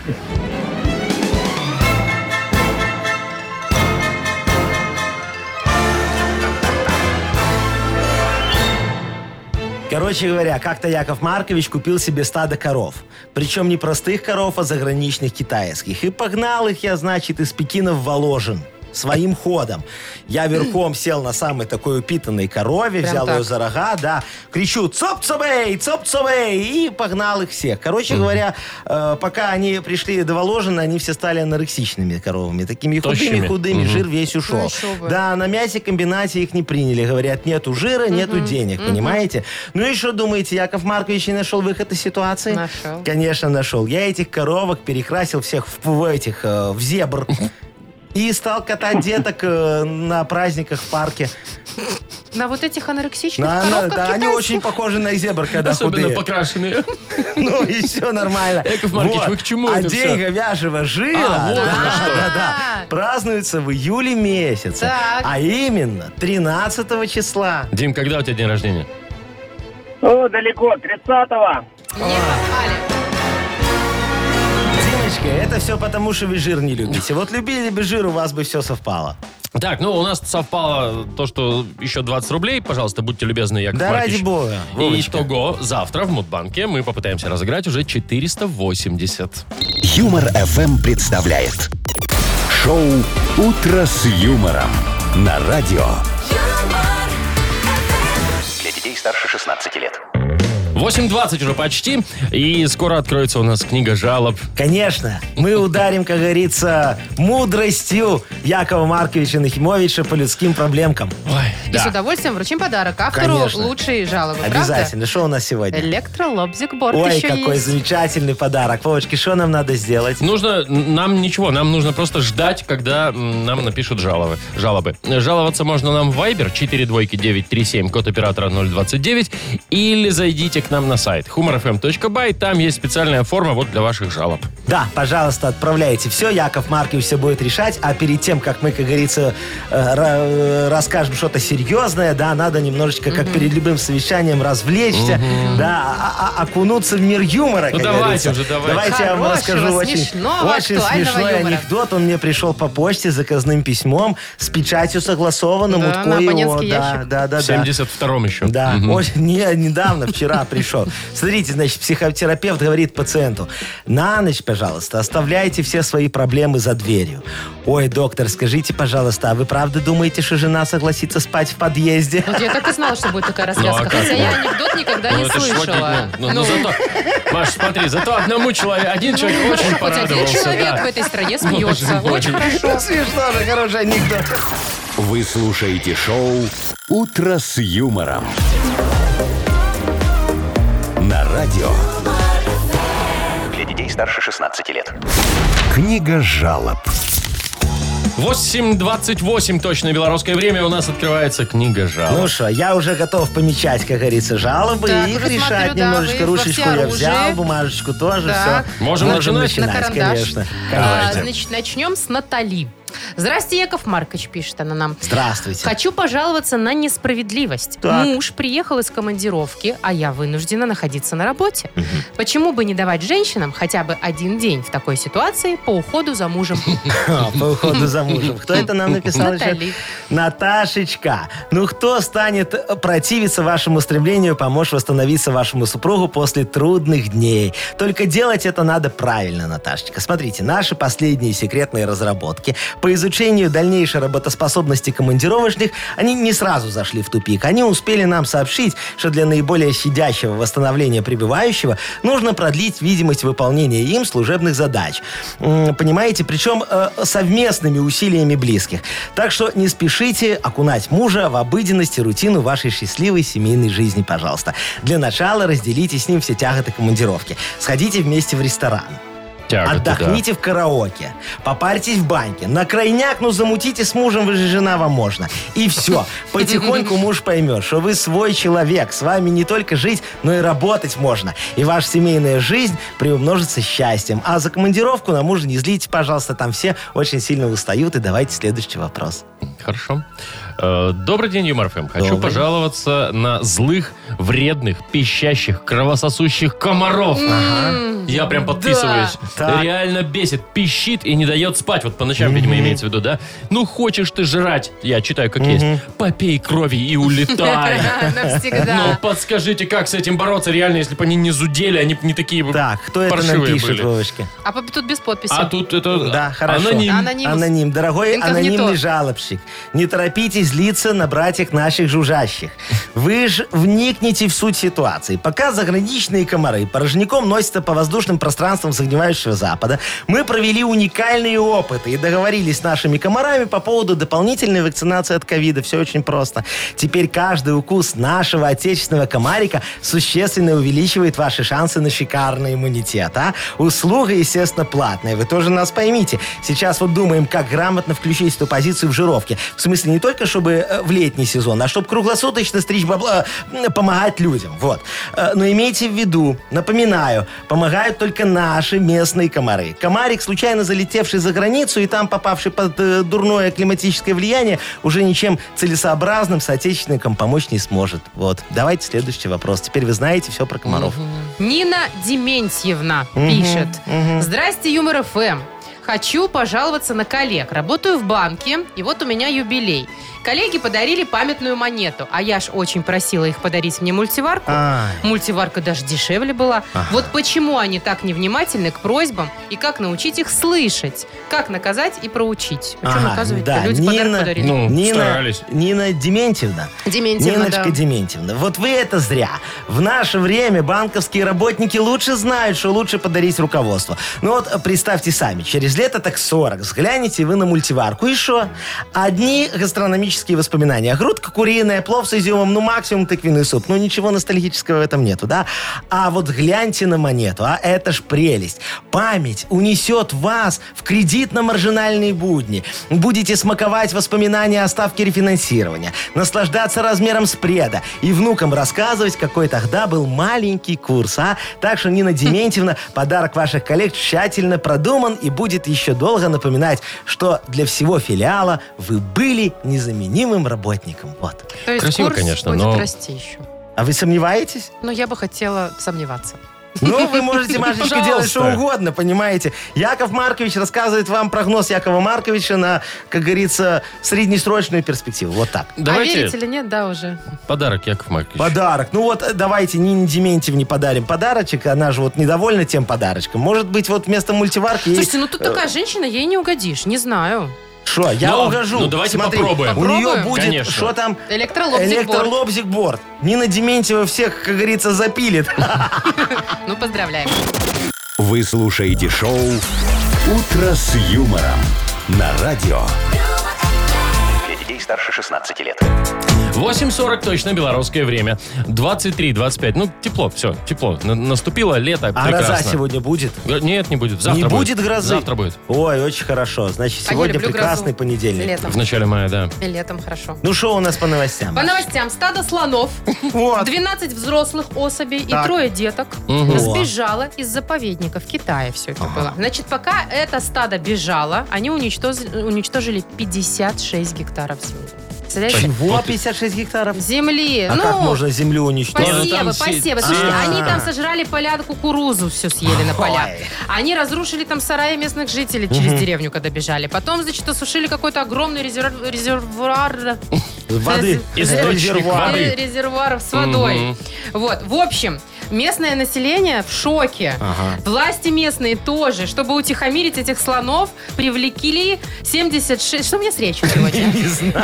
Короче говоря, как-то Яков Маркович купил себе стадо коров. Причем не простых коров, а заграничных китайских. И погнал их я, значит, из Пекина в Воложин. Своим ходом. Я верхом сел на самой такой упитанной корове, Прям взял так. ее за рога, да, кричу «Цоп-цобей! Цоп-цобей!» и погнал их всех. Короче говоря, э, пока они пришли до Воложина, они все стали анорексичными коровами. Такими Тощими. худыми-худыми, Мгм. жир весь ушел. Ну, еще бы. Да, на мясокомбинате их не приняли. Говорят, нету жира, нету денег, понимаете? Ну и что думаете, Яков Маркович не нашел выход из ситуации? Нашел. Конечно, нашел. Я этих коровок перекрасил всех в, в этих, э, в зебр. И стал катать деток э, на праздниках в парке. На вот этих анорексичных На- на- коровках да, они китайских? очень похожи на зебр, когда Особенно худые. покрашенные. Ну и все нормально. Яков Маркович, вы к чему А это день всё? говяжьего жира, А, вот да, оно что. да, да, празднуется в июле месяце. Так. А именно тринадцатого числа. Дим, когда у тебя день рождения? О, далеко, тридцатого. Не попали. Димочка, это все потому, что вы жир не любите. Вот любили бы жир, у вас бы все совпало. Так, ну у нас совпало то, что еще двадцать рублей. Пожалуйста, будьте любезны, Яков Да Маркович. ради бога, И Вовочка. итого, завтра в Мудбанке мы попытаемся разыграть уже четыреста восемьдесят. Юмор эф эм представляет шоу «Утро с юмором» на радио. Для детей старше шестнадцати лет. восемь двадцать уже почти, и скоро откроется у нас книга жалоб. Конечно, мы ударим, как говорится, мудростью Якова Марковича Нахимовича по людским проблемкам. Ой, И с да. удовольствием вручим подарок автору Конечно. лучшей жалобы, Обязательно. Что у нас сегодня? правда? Электролобзик-борд Ой, еще какой есть. замечательный подарок. Вовочки, что нам надо сделать? Нужно, нам ничего, нам нужно просто ждать, когда м, нам напишут жалобы. жалобы. Жаловаться можно нам в Viber четыре двойки девять три семь, код оператора ноль двадцать девять, или зайдите к нам на сайт humor f m точка by, там есть специальная форма вот для ваших жалоб. Да, пожалуйста, отправляйте все. Яков Маркович все будет решать. А перед тем, как мы, как говорится, э, ра- расскажем что-то серьезное, да, надо немножечко, как перед любым совещанием, развлечься, да, а- а- окунуться в мир юмора, Ну, как давайте говорится. уже, давайте. Давайте я вам Хорошего, расскажу очень, смешного, очень актуального смешной юмора. анекдот. Он мне пришел по почте с заказным письмом, с печатью согласованным. Да, Мутко на его, абонентский да, ящик. да, да, В да. семьдесят втором еще. Да, Мгм. очень- не, недавно, вчера пришел. Смотрите, значит, психотерапевт говорит пациенту: на ночь, пожалуйста, оставляйте все свои проблемы за дверью. Ой, доктор, скажите, пожалуйста, а вы правда думаете, что жена согласится спать в подъезде? Вот я так и знала, что будет такая развязка. Ну, а как? Хотя я анекдот никогда Ну, не это ж слышала. вот, ну, ну, ну, зато, Маш, смотри, зато одному человеку, один человек очень Хоть один порадовался. человек да. в этой стране смеется. Очень, Очень очень. хорошо. Смешно же, хороший анекдот. Вы слушаете шоу «Утро с юмором» на радио. Для детей старше шестнадцати лет. Книга жалоб. восемь двадцать восемь точное белорусское время, у нас открывается книга жалоб. Ну что, я уже готов помечать, как говорится, жалобы Так, и их уже решать смотрю, да, немножечко. вы во Ручечку я всеоружии. взял, бумажечку тоже, Так. все. Можем начинать? На карандаш. конечно. А, Давайте. значит, начнем с Натали. Здрасте, Яков Маркович, пишет она нам. Здравствуйте. Хочу пожаловаться на несправедливость. Так. Муж приехал из командировки, а я вынуждена находиться на работе. Угу. Почему бы не давать женщинам хотя бы один день в такой ситуации по уходу за мужем? По уходу за мужем. Кто это нам написал? Натали. Наташечка. Ну, кто станет противиться вашему стремлению помочь восстановиться вашему супругу после трудных дней? Только делать это надо правильно, Наташечка. Смотрите, наши последние секретные разработки по изучению дальнейшей работоспособности командировочных, они не сразу зашли в тупик. Они успели нам сообщить, что для наиболее щадящего восстановления пребывающего нужно продлить видимость выполнения им служебных задач. Понимаете? Причем э, совместными усилиями близких. Так что не спешите окунать мужа в обыденность и рутину вашей счастливой семейной жизни, пожалуйста. Для начала разделите с ним все тяготы командировки. Сходите вместе в ресторан. Тяготы, Отдохните да. в караоке, попарьтесь в баньке, на крайняк, ну, замутите с мужем, вы же жена, вам можно. И все. Потихоньку муж поймет, что вы свой человек, с вами не только жить, но и работать можно. И ваша семейная жизнь приумножится счастьем. А за командировку на мужа не злите, пожалуйста, там все очень сильно устают. И давайте следующий вопрос. Хорошо. Э, Добрый день, Юмор ФМ. Хочу Добрый. пожаловаться на злых, вредных, пищащих, кровососущих комаров. Я прям подписываюсь. Так. Реально бесит. Пищит и не дает спать. Вот по ночам, видимо, имеется в виду, да? Ну, хочешь ты жрать, я читаю, как есть, попей крови и улетай. Ну, Навсегда. подскажите, как с этим бороться? Реально, если бы они не зудели, они бы не такие бы Так, кто это нам паршивые пишет, были. Вовочки? А по- тут без подписи. А тут это Да, хорошо. аноним. Анонимус. Аноним. Дорогой Инкогнито. анонимный жалобщик, не торопитесь злиться на братьев наших жужжащих. Вы же вникните в суть ситуации. Пока заграничные комары порожняком носятся по воздушным пространствам загнивающего Запада, мы провели уникальные опыты и договорились с нашими комарами по поводу дополнительной вакцинации от ковида. Все очень просто. Теперь каждый укус нашего отечественного комарика существенно увеличивает ваши шансы на шикарный иммунитет. А? Услуга, естественно, платная. Вы тоже нас поймите. Сейчас вот думаем, как грамотно включить эту позицию в жировке. В смысле, не только чтобы э, в летний сезон, а чтобы круглосуточно стричь бабла, э, помогать людям. Вот. Э, но имейте в виду, напоминаю, помогают только наши местные комары. Комарик, случайно залетевший за границу и там попавший под э, дурное климатическое влияние, уже ничем целесообразным соотечественникам помочь не сможет. Вот. Давайте следующий вопрос. Теперь вы знаете все про комаров. Нина Дементьевна пишет. Здрасте, Юмор ФМ. Хочу пожаловаться на коллег. Работаю в банке, и вот у меня юбилей. Коллеги подарили памятную монету, а я ж очень просила их подарить мне мультиварку. Ай. Мультиварка даже дешевле была. Ага. Вот почему они так невнимательны к просьбам и как научить их слышать, как наказать и проучить. А что Ага, наказывать-то? да, Люди Нина- подарок подарили. Ну, Нина, старались. Нина Дементьевна. Дементьевна, Ниночка да. Дементьевна. Вот вы это зря. В наше время банковские работники лучше знают, что лучше подарить руководству. Ну вот представьте сами, через лето так сорок, взгляните вы на мультиварку. И что? Одни гастрономические воспоминания. Грудка куриная, плов с изюмом, ну максимум тыквенный суп. Ну ничего ностальгического в этом нету, да? А вот гляньте на монету, а это ж прелесть. Память унесет вас в кредитно-маржинальные будни. Будете смаковать воспоминания о ставке рефинансирования, наслаждаться размером спреда и внукам рассказывать, какой тогда был маленький курс, а? Так что, Нина Дементьевна, подарок ваших коллег тщательно продуман и будет еще долго напоминать, что для всего филиала вы были незаменимым работником. Вот. То есть Красиво, курс конечно, будет но- расти еще. А вы сомневаетесь? Но я бы хотела сомневаться. Ну, вы можете, Машечка, делать что Пожалуйста. угодно, понимаете. Яков Маркович рассказывает вам прогноз Якова Марковича на, как говорится, среднесрочную перспективу. Вот так. А Давайте верите или нет, да, уже. подарок, Яков Маркович. Подарок. Ну вот э, давайте Нине Дементьевне подарим подарочек. Она же вот недовольна тем подарочком. Может быть, вот вместо мультиварки... ей, Слушайте, ну тут э, такая женщина, ей не угодишь, не знаю. Что, я Ну, угожу. ну, давайте Смотри, попробуем. У нее Попробуем? будет, Конечно. что там? Электролобзик-борд. Электролобзик-борд. Нина Дементьева всех, как говорится, запилит. Ну, поздравляем. Вы слушаете шоу «Утро с юмором» на радио. Для детей старше шестнадцати лет. восемь сорок точно белорусское время. двадцать три двадцать пять. Ну, тепло, все, тепло. На- наступило лето, А прекрасно. гроза сегодня будет? Г- Нет, не будет. Завтра Не будет грозы? Завтра будет. Ой, очень хорошо. Значит, А я сегодня люблю прекрасный грозу. понедельник. Летом. В начале мая, да. И летом хорошо. Ну, что у нас по новостям? По новостям. Стадо слонов, Вот. двенадцать взрослых особей Так. и трое деток Мгм. сбежало из заповедника. В Китае все это было. Значит, пока это стадо бежало, они уничтожили, уничтожили пятьдесят шесть гектаров земли. Представляете? Чего пятьдесят шесть гектаров? Земли. А ну, как можно землю уничтожить? Не, ну там Посевы, все- посевы. Слушайте, А. они там сожрали поля, кукурузу все съели на полях. Ой. Они разрушили там сараи местных жителей через деревню, когда бежали. Потом, значит, осушили какой-то огромный резерв- резервуар... Воды. Источник Резервуар. воды. Ре- резервуар с водой. Мгм. Вот. В общем, местное население в шоке. Ага. Власти местные тоже. Чтобы утихомирить этих слонов, привлекли семьдесят шесть... Что у меня с речью сегодня? Не знаю.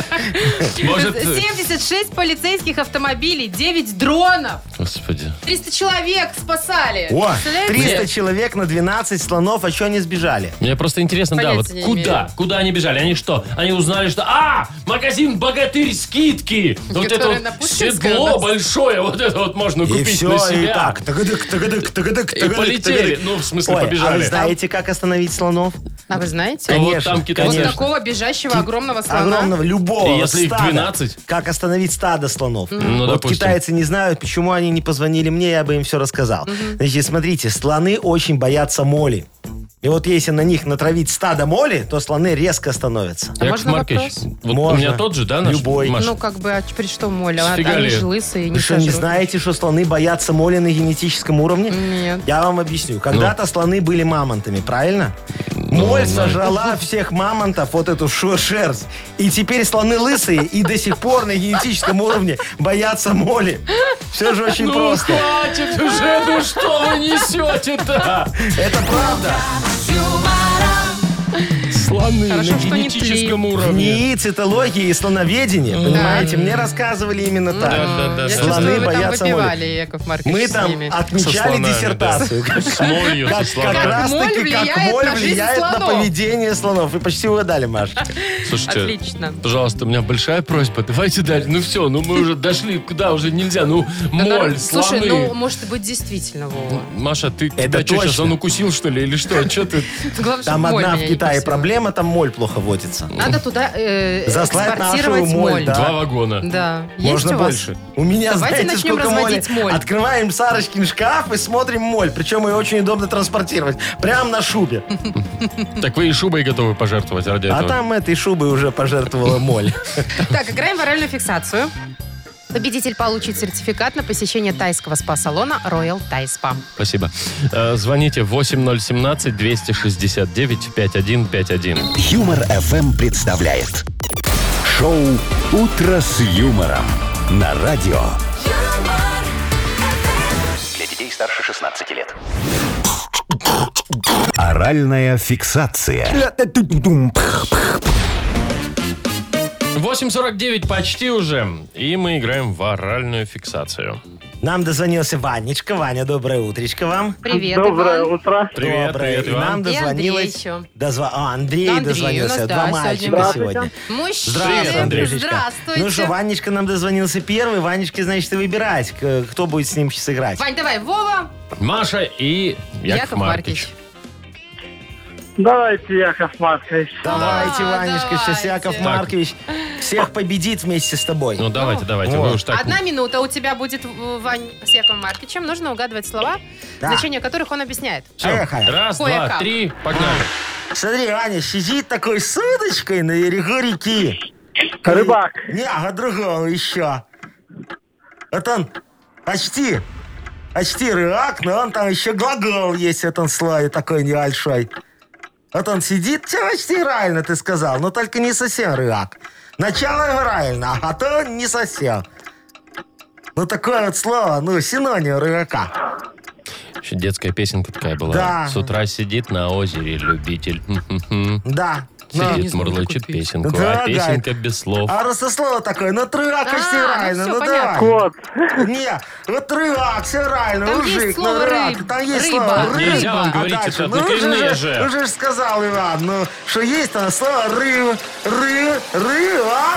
Может, э, семьдесят шесть полицейских автомобилей, девять дронов. Господи. триста человек спасали. О, Представляете? триста человек на двенадцать слонов, а что они сбежали? Мне просто интересно, да, вот Понятия не куда? имею. Куда они бежали? Они что? Они узнали, что а, магазин «Богатырь» скидки. Вот это Который вот на Пушкинской у седло нас. большое, вот это вот можно И купить все, на и себя. так. Тагадык, тагадык, тагадык, И тагадык, полетели. тагадык. Ну, в смысле, Ой, а побежали. вы знаете, как остановить слонов? А вы знаете? Ну, вот Конечно, там китайцы. Вот конечно. такого бежащего огромного слона. Огромного, любого И если их стада. двенадцать? Как остановить стадо слонов? Ну, вот допустим. китайцы не знают, почему они не позвонили мне, я бы им все рассказал. Значит, смотрите, слоны очень боятся моли. И вот если на них натравить стадо моли, то слоны резко становятся. А Яков можно Маркович, вопрос? вот у Можно. меня тот же, да, наш? Любой. Маш? Ну, как бы, а при что моли? А- Сфига Они ли? же лысые, не Вы что, не сожрут. знаете, что слоны боятся моли на генетическом уровне? Нет. Я вам объясню. Когда-то слоны были мамонтами, правильно? Моль сожрала всех мамонтов, вот эту шу- шерсть. И теперь слоны лысые и до сих пор на генетическом уровне боятся моли. Все же очень Ну, просто. хватит уже, ну что вы несете-то? Это правда. Слоны Хорошо, на что не генетическом три. В уровне. НИИ, цитологии и слоноведении, понимаете, мне рассказывали именно так. Да, да, да. Я Слоны чувствую, вы там боятся выпивали, Яков Маркович, Мы с там ними. Со отмечали слонами, диссертацию. да. С молью, со Как, слонами. как раз моль таки, влияет как моль на жизнь влияет на слонов. поведение слонов. Вы почти угадали, Машечка. Слушайте, Отлично. пожалуйста, у меня большая просьба. Давайте дальше. Ну все, ну мы уже дошли, куда уже нельзя. Ну, Да, моль, Слушай, слоны. ну, может быть, действительно, Вова. Маша, ты Это тебя что, сейчас точно. он укусил, что ли, или что? Что ты? Главное, Там чтобы моль одна в меня не Китае кусила. проблема, там моль плохо водится. Надо туда э, Заслать нашу экспортировать моль, моль. да. Два вагона. Да. Можно Есть у вас? больше. У меня, Давайте знаете, начнем сколько моли? разводить моль. Открываем Сарочкин шкаф и смотрим моль. Причем ее очень удобно транспортировать. Прям на шубе. Так вы и шубой готовы пожертвовать ради А этого. там этой шубой уже пожертвовала моль. Так, играем в оральную фиксацию. Победитель получит сертификат на посещение тайского спа-салона Royal Thai Spa. Спасибо. Э, Звоните восемь ноль семнадцать двести шестьдесят девять пятьдесят один пятьдесят один. Юмор эф эм представляет шоу Утро с юмором на радио. Для детей старше шестнадцати лет. Оральная фиксация. восемь сорок девять почти уже. И мы играем в оральную фиксацию. Нам дозвонился Ванечка. Ваня, доброе утречко вам. Привет, Доброе Иван. утро. Привет, Доброе. привет, И нам Иван. И Андрей дозвонилась... еще. Дозва... А, Андрей, Андрей дозвонился. у нас, Два да, мальчика сегодня. сегодня. Мужчины, Здравствуй, Андрюшечка. здравствуйте. Ну что, Ванечка нам дозвонился первый. Ванечке, значит, и выбирать, к- кто будет с ним сейчас играть. Вань, давай, Вова, Маша и Яков, Яков Маркович. Маркович. Давайте, Яков Маркович. Давайте, А, Ванечка, сейчас давайте. Яков Так. Маркович всех победит вместе с тобой. Ну, давайте, давайте. Вот. Вы уж так... Одна минута у тебя будет, в- Вань, с Яковом Марковичем. Нужно угадывать слова, Да. значение которых он объясняет. Всё. Поехали. Раз, Кое-как. два, три, погнали. Смотри, Ваня сидит такой с удочкой на берегу реки. Рыбак. Не, а другого еще. Вот он почти, почти рыбак, но он там еще глагол есть в этом слове такой небольшой. Вот он сидит, все почти правильно ты сказал, но только не совсем рыбак. Начало правильно, а то не совсем. Ну, такое вот слово, ну, синоним рыбака. Еще детская песенка такая была. Да. С утра сидит на озере любитель. Хм-хм-хм. Да. Ну, Сидит, мурлычет песенку. Да, А песенка без слов. А просто слово такое, ну, рыбак А, почти ну правильно, всё, ну, понятно. давай. Вот. Не, вот рыбак, все правильно, Там мужик, есть слово ну, рыбак, рыб, там есть рыба. слово рыба. Нельзя вам а говорить дальше, это ну, уже однокоренные же, же. уже ж сказал Иван, ну, что есть там слово рыба, ры, рыба,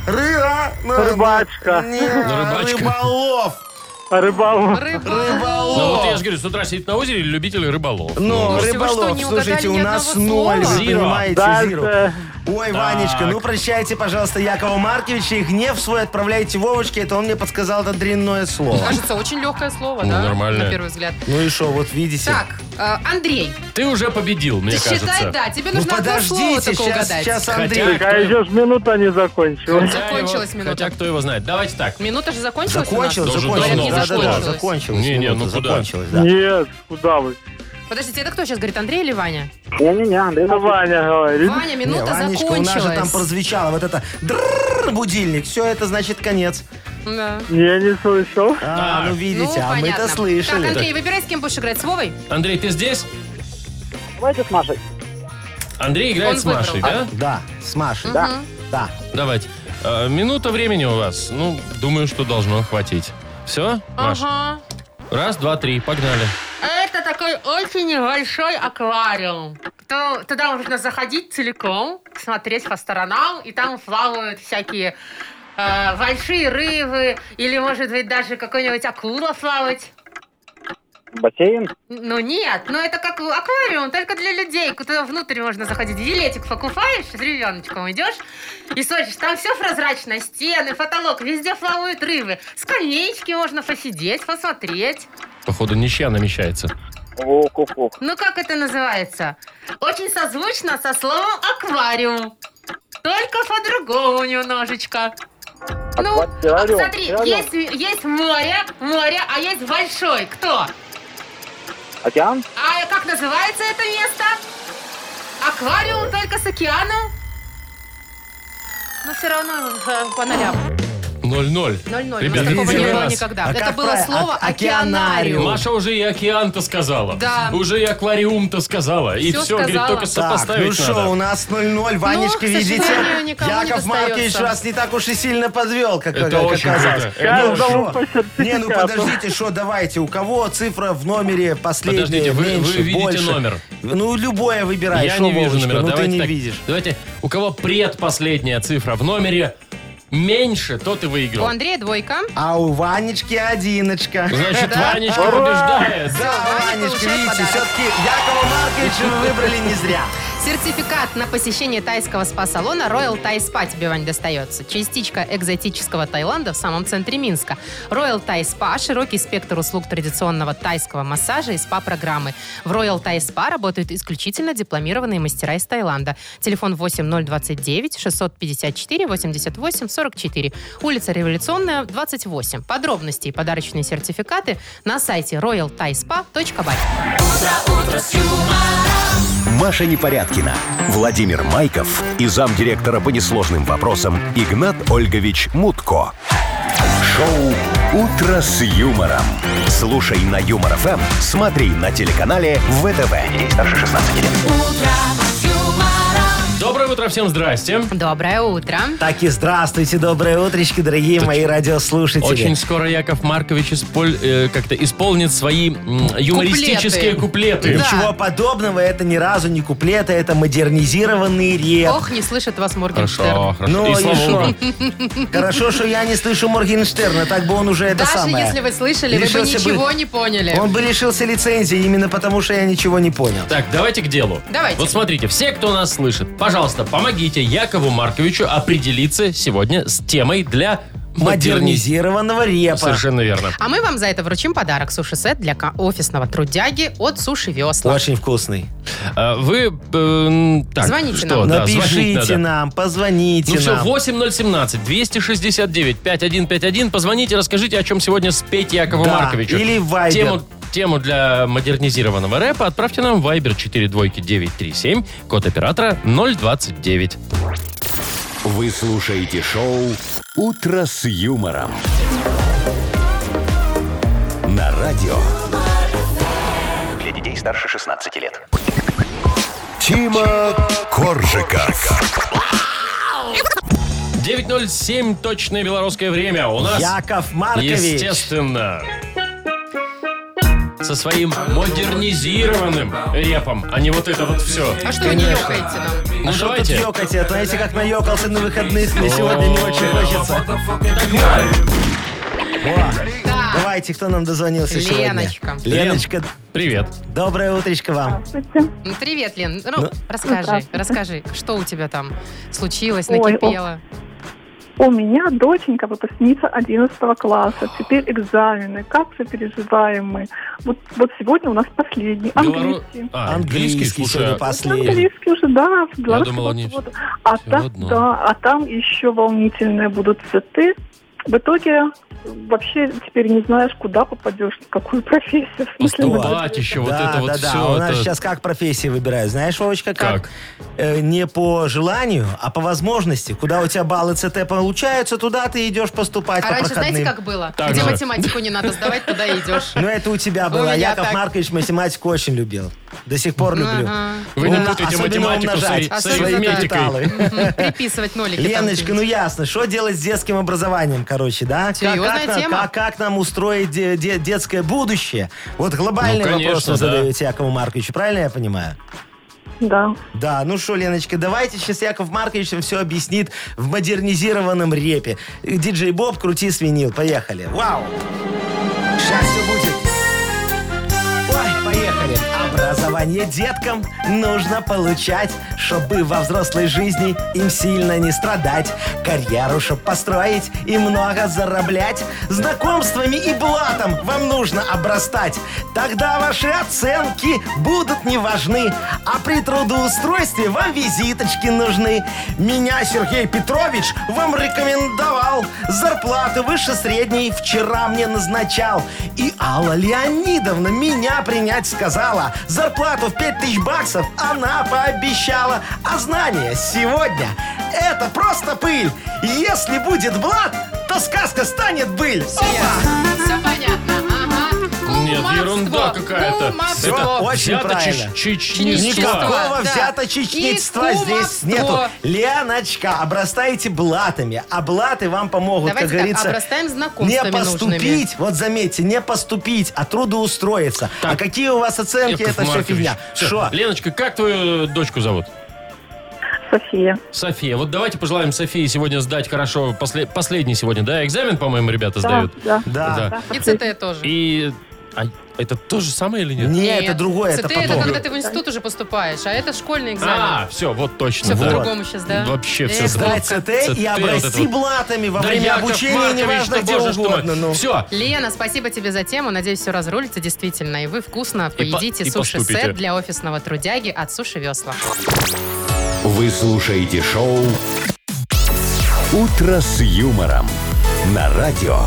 Рыба. ну, Рыбачка. не, Рыбачка. Рыболов. Рыбалов. Рыболов. Ну вот я же говорю, с утра сидит на озере любитель рыболов. Ну, Слушайте, вы что, рыболов, не угадали слушайте, ни у нас одного ноль, слова? вы Зиро. понимаете, зиро. Дальше. Ой, Ванечка, ну прощайте, пожалуйста, Якова Марковича, и гнев свой отправляйте Вовочке, это он мне подсказал это дрянное слово. Кажется, очень легкое слово, Ну, да? нормальное. На первый взгляд. Ну и что, вот видите? Так, э, Андрей, Ты уже победил, мне считай, кажется. да, тебе Ну нужно одно слово подождите, только сейчас, угадать. сейчас Хотя- Андрей. А еще ж минута не закончилась. Хотя Закончилась его- минута. Хотя кто его знает. Давайте так. Минута же закончилась Закончилось, у нас? Даже закончилось, давно да, да, да, закончилась. закончилось. Не, не, минута, ну куда? закончилось, да. Нет, куда вы? Подождите, это кто сейчас говорит, Андрей или Ваня? Не-не-не, Андрей. Это Ваня говорит. Ваня, Не, минута Ванечка, у нас же там закончилась. прозвучало вот это дрррр, будильник. Все, это значит конец. Да. Я не слышал. А, ну Ну, видите, а мы-то понятно. слышали. Так, Андрей, выбирай, с кем будешь играть, с Вовой? Андрей, ты здесь? Давайте с Машей. Андрей играет Он с Машей, выбрал. да? Да, с Машей. Да. Да. Давайте. Э, минута времени у вас. Ну, думаю, что должно хватить. Все, Маш? Ага. Раз, два, три, погнали. Это такой очень большой аквариум. То- Туда можно заходить целиком, смотреть по сторонам, и там плавают всякие э, большие рыбы, или, может быть, даже какой-нибудь акула плавать. Бассейн. Ну нет, ну это как аквариум, только для людей. Туда внутрь можно заходить. Билетик покупаешь, с ребеночком идешь и смотришь, там все прозрачно, стены, потолок, везде плавают рыбы. Скамеечки можно посидеть, посмотреть. Походу, ничья намечается. Ох-ох-ох. Ну как это называется? Очень созвучно со словом аквариум. Только по-другому немножечко. Ну, Аквариум. смотри, есть, есть море, море, а есть большой. Кто? Океан. А как называется это место? Аквариум только с океаном? Но все равно э, по нолям. Ноль-ноль. Ноль-ноль. У Ребята, нас такого не первый было раз. никогда. А Это как было правильно? слово Ок- океанариум. океанариум. Маша уже и океан-то сказала. Да. Уже и аквариум-то сказала. И Всё все, говорит, сказала. только Так, сопоставить ну что, надо. у нас ноль-ноль. Ванечка, к видите? сожалению, никому не Яков Маркович достается. вас не так уж и сильно подвел, как, Это как очень оказалось. круто. Ну, Каждому шо? по сертификату. Не, ну подождите, что, давайте, у кого цифра в номере последняя, Подождите, вы- вы меньше, видите больше? номер? Ну, любое выбирай, Я шо, не вижу Вовочка, номера. ну ты Давайте не так. видишь. Давайте, у кого предпоследняя цифра в номере меньше, тот и У выиграл. Андрея двойка. А у Ванечки одиночка. Значит, Да? Ванечка побеждает. Да, Ваня Ванечка, получает видите, подарок. все-таки Якова Марковича вы выбрали не зря. Сертификат на посещение тайского спа-салона Royal Thai Spa тебе, Вань, достается. Частичка экзотического Таиланда в самом центре Минска. Royal Thai Spa – широкий спектр услуг традиционного тайского массажа и спа-программы. В Royal Thai Spa работают исключительно дипломированные мастера из Таиланда. Телефон восемь ноль двадцать девять шестьсот пятьдесят четыре восемьдесят восемь сорок четыре. Улица Революционная, двадцать восемь. Подробности и подарочные сертификаты на сайте роял тай спа точка бай. Маша Непорядкина, Владимир Майков и замдиректора по несложным вопросам Игнат Ольгович Мутко. Шоу «Утро с юмором». Слушай на Юмор ФМ, смотри на телеканале ВТВ. Ей старше шестнадцати лет. Доброе утро, всем здрасте. Доброе утро. Так и здравствуйте, доброе утречко, дорогие мои радиослушатели. Очень скоро Яков Маркович исполь- э, как-то исполнит свои м, юмористические куплеты. Да. Ничего подобного, это ни разу не куплеты, это модернизированный реп. Ох, не слышит вас Моргенштерн. Хорошо, хорошо. Ну и и слава шо? богу. Хорошо, что я не слышу Моргенштерна, так бы он уже это Даже самое. если вы слышали, вы бы Лишился бы- ничего не поняли. Он бы лишился лицензии именно потому, что я ничего не понял. Так, давайте к делу. Давайте. Вот смотрите, все, кто нас слышит, пожалуйста, помогите Якову Марковичу определиться сегодня с темой для Модернизированного репа. Совершенно верно. А мы вам за это вручим подарок. Суши-сет для ка- офисного трудяги от Суши Весла. Очень вкусный. А, Вы... э, так, Звоните что, нам. да, звонить Напишите надо. нам, позвоните Ну все, нам. восемь ноль семнадцать двести шестьдесят девять пятьдесят один пятьдесят один. Позвоните, расскажите, о чем сегодня спеть Якову Да, Марковичу. или в Viber. Тему, тему для модернизированного рэпа отправьте нам в Viber четыре двойки девять три семь, код оператора ноль двадцать девять. Вы слушаете шоу «Утро с юмором». На радио Для детей старше шестнадцати лет. Тима Коржика. девять ноль семь, точное белорусское время. У нас, Яков Маркович. естественно, со своим модернизированным репом, а не вот это вот все. А что вы не ёкаете нам? Ну, Что тут давайте. ёкать? Знаете, как наёкался на выходных, мне сегодня не очень хочется. О, Да. давайте, кто нам дозвонился сегодня? Леночка. Леночка, Привет. доброе утречко вам. Ну, привет, Лен. Ну, Ну, расскажи, здравствуйте. расскажи, что у тебя там случилось, Ой, накипело? У меня доченька выпускница одиннадцатого класса. Теперь экзамены. Как же переживаем мы. Вот, вот сегодня у нас последний. Белору- Английский. А, Английский слушай, сегодня а- последний. Английский уже, да. в белорусском думал, они вот. А всё там, одно. да, а там еще волнительные будут цветы. В итоге вообще теперь не знаешь, куда попадешь, в какую профессию. В смысле, Поступать еще, вот да, это вот да, все. да. У нас сейчас как профессии выбирают? Знаешь, Вовочка, как? Как? Э, не по желанию, а по возможности. Куда у тебя баллы ЦТ получаются, туда ты идешь поступать А по раньше проходным. знаете, как было? Так Где же. математику не надо сдавать, туда и идешь. Ну, это у тебя У было. меня Яков так. Маркович математику очень любил. До сих пор люблю. Ага. Вы не Умно- путайте особенно математику с умножать ари- с Особенно, да. арифметикой. капиталы. Мгм, Приписывать нолики. там Леночка, ну где-нибудь. ясно, что делать с детским образованием, короче, да? Как, Серьезная как нам- тема. как- как нам устроить де- де- детское будущее? Вот глобальный Ну, конечно, вопрос вы да. задаете Якову Марковичу, правильно я понимаю? Да. Да, ну что, Леночка, давайте сейчас Яков Маркович вам все объяснит в модернизированном репе. Диджей Боб, крути свинил. Поехали. Вау! Сейчас все будет. Ой, поехали. Образование деткам нужно получать, чтобы во взрослой жизни им сильно не страдать. Карьеру, чтоб построить и много зараблять. Знакомствами и блатом вам нужно обрастать. Тогда ваши оценки будут не важны. А при трудоустройстве вам визиточки нужны. Меня Сергей Петрович вам рекомендовал. Зарплаты выше средней вчера мне назначал. И Алла Леонидовна меня принять сказала. Зарплату в пять тысяч баксов она пообещала. А знания сегодня это просто пыль. Если будет блат, то сказка станет быль. Все понятно. Ага. Нет, Кумовство. ерунда какая-то. Кумовство. Это очень взято правильно. чеч- чечничество. Никакого Да. взято-чечничества И здесь кумовство. нету. Леночка, обрастайте блатами. А блаты вам помогут, Давайте как так, говорится, обрастаем не знакомствами поступить, нужными. вот заметьте, не поступить, а трудоустроиться. Так. А какие у вас оценки, Яков это все Маркович. фигня. Всё. Что? Леночка, как твою дочку зовут? София. София. Вот давайте пожелаем Софии сегодня сдать хорошо. После- последний сегодня, да, экзамен, по-моему, ребята Да, сдают. да. Да. И ЦТ тоже. И а, это то же самое или нет? Не, это другое, это ЦТ это потом. когда ты в институт уже поступаешь, а это школьный экзамен. А, все, вот точно. Все да. по-другому сейчас, да? Вообще Эх, все Сдать Вовка. ЦТ ЦТ, и вот обрасти это вот. блатами во Да, время Яков обучения, Маркович, неважно да где боже ж ты мой. угодно. Ну. Все. Лена, спасибо тебе за тему. Надеюсь, все разрулится действительно. И вы вкусно И по- поедите и поступите. суши-сет для офисного трудяги от Суши Весла. Вы слушаете шоу «Утро с юмором» на радио.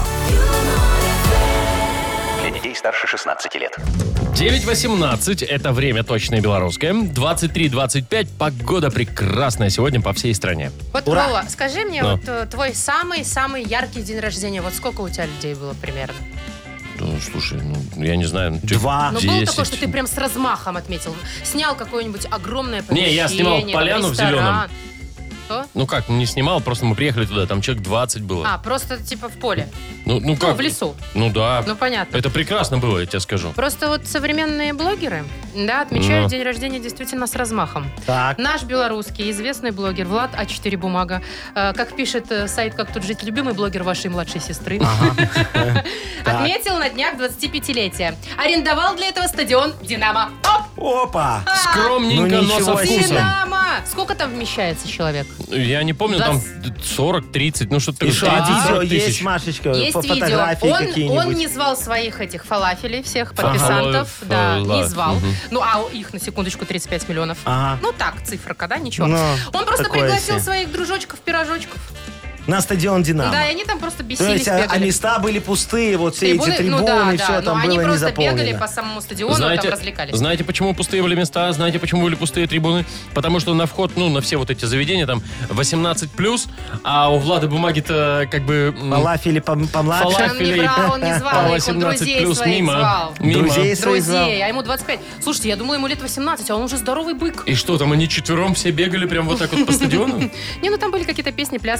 Для детей старше шестнадцати лет. девять восемнадцать, это время точное белорусское. двадцать три двадцать пять, погода прекрасная сегодня по всей стране. Вот, Ура! Вова, скажи мне, Ну. вот э, твой самый-самый яркий день рождения, вот сколько у тебя людей было примерно? Ну, слушай, ну, я не знаю. ну, Два. Ну, было десять. такое, что ты прям с размахом отметил. Снял какое-нибудь огромное помещение. Не, я снимал там, поляну в ресторан. зеленом. Что? Ну как, не снимал, просто мы приехали туда, там человек двадцать было. А, просто типа в поле. ну, ну как? в лесу. Ну да. Ну, понятно. Это прекрасно было, я тебе скажу. Просто вот современные блогеры, да, отмечают Ну. день рождения действительно с размахом. Так. Наш белорусский известный блогер Влад А четыре Бумага, э, как пишет э, сайт «Как тут жить», любимый блогер вашей младшей сестры, отметил на днях двадцатипятилетие. Арендовал для этого стадион «Динамо». Оп! Опа! Скромненько, Ну, но со ничего себе. вкусом. «Динамо». Сколько там вмещается человек? Я не помню, там сорок-тридцать, ну что-то И такое. что, тридцать видео тысяч. есть, Машечка? Есть Фо- видео. Фотографии Он, какие-нибудь? он не звал своих этих фалафелей, всех подписантов. Ага, Да, ла- не звал. мгм. Ну, а их, на секундочку, тридцать пять миллионов. Ага. Ну, так, циферка, да, ничего. Ну, Он просто такое пригласил себе. своих дружочков, пирожочков. На стадион «Динамо». Да, и они там просто То бесились, есть, а, а бегали. места были пустые, вот все Трибуны, эти трибуны, ну да, все да, там но они было не просто заполнено. бегали по самому стадиону, Знаете, там развлекались. знаете, почему пустые были места? Знаете, почему были пустые трибуны? Потому что на вход, ну, на все вот эти заведения там восемнадцать плюс, а у Влада бумаги-то как бы... м, Фалафели пом- помладше. Фалафель. Он не брал, он не звал по их, он восемнадцать друзей плюс своих мимо. звал. Мимо. Друзей своих звал. Друзей, а ему двадцать пять. Слушайте, я думала, ему лет восемнадцать, а он уже здоровый бык. И что, там они четвером все бегали прям вот так вот по стадиону? Не, ну там были какие-то песни, пляски, что-то они там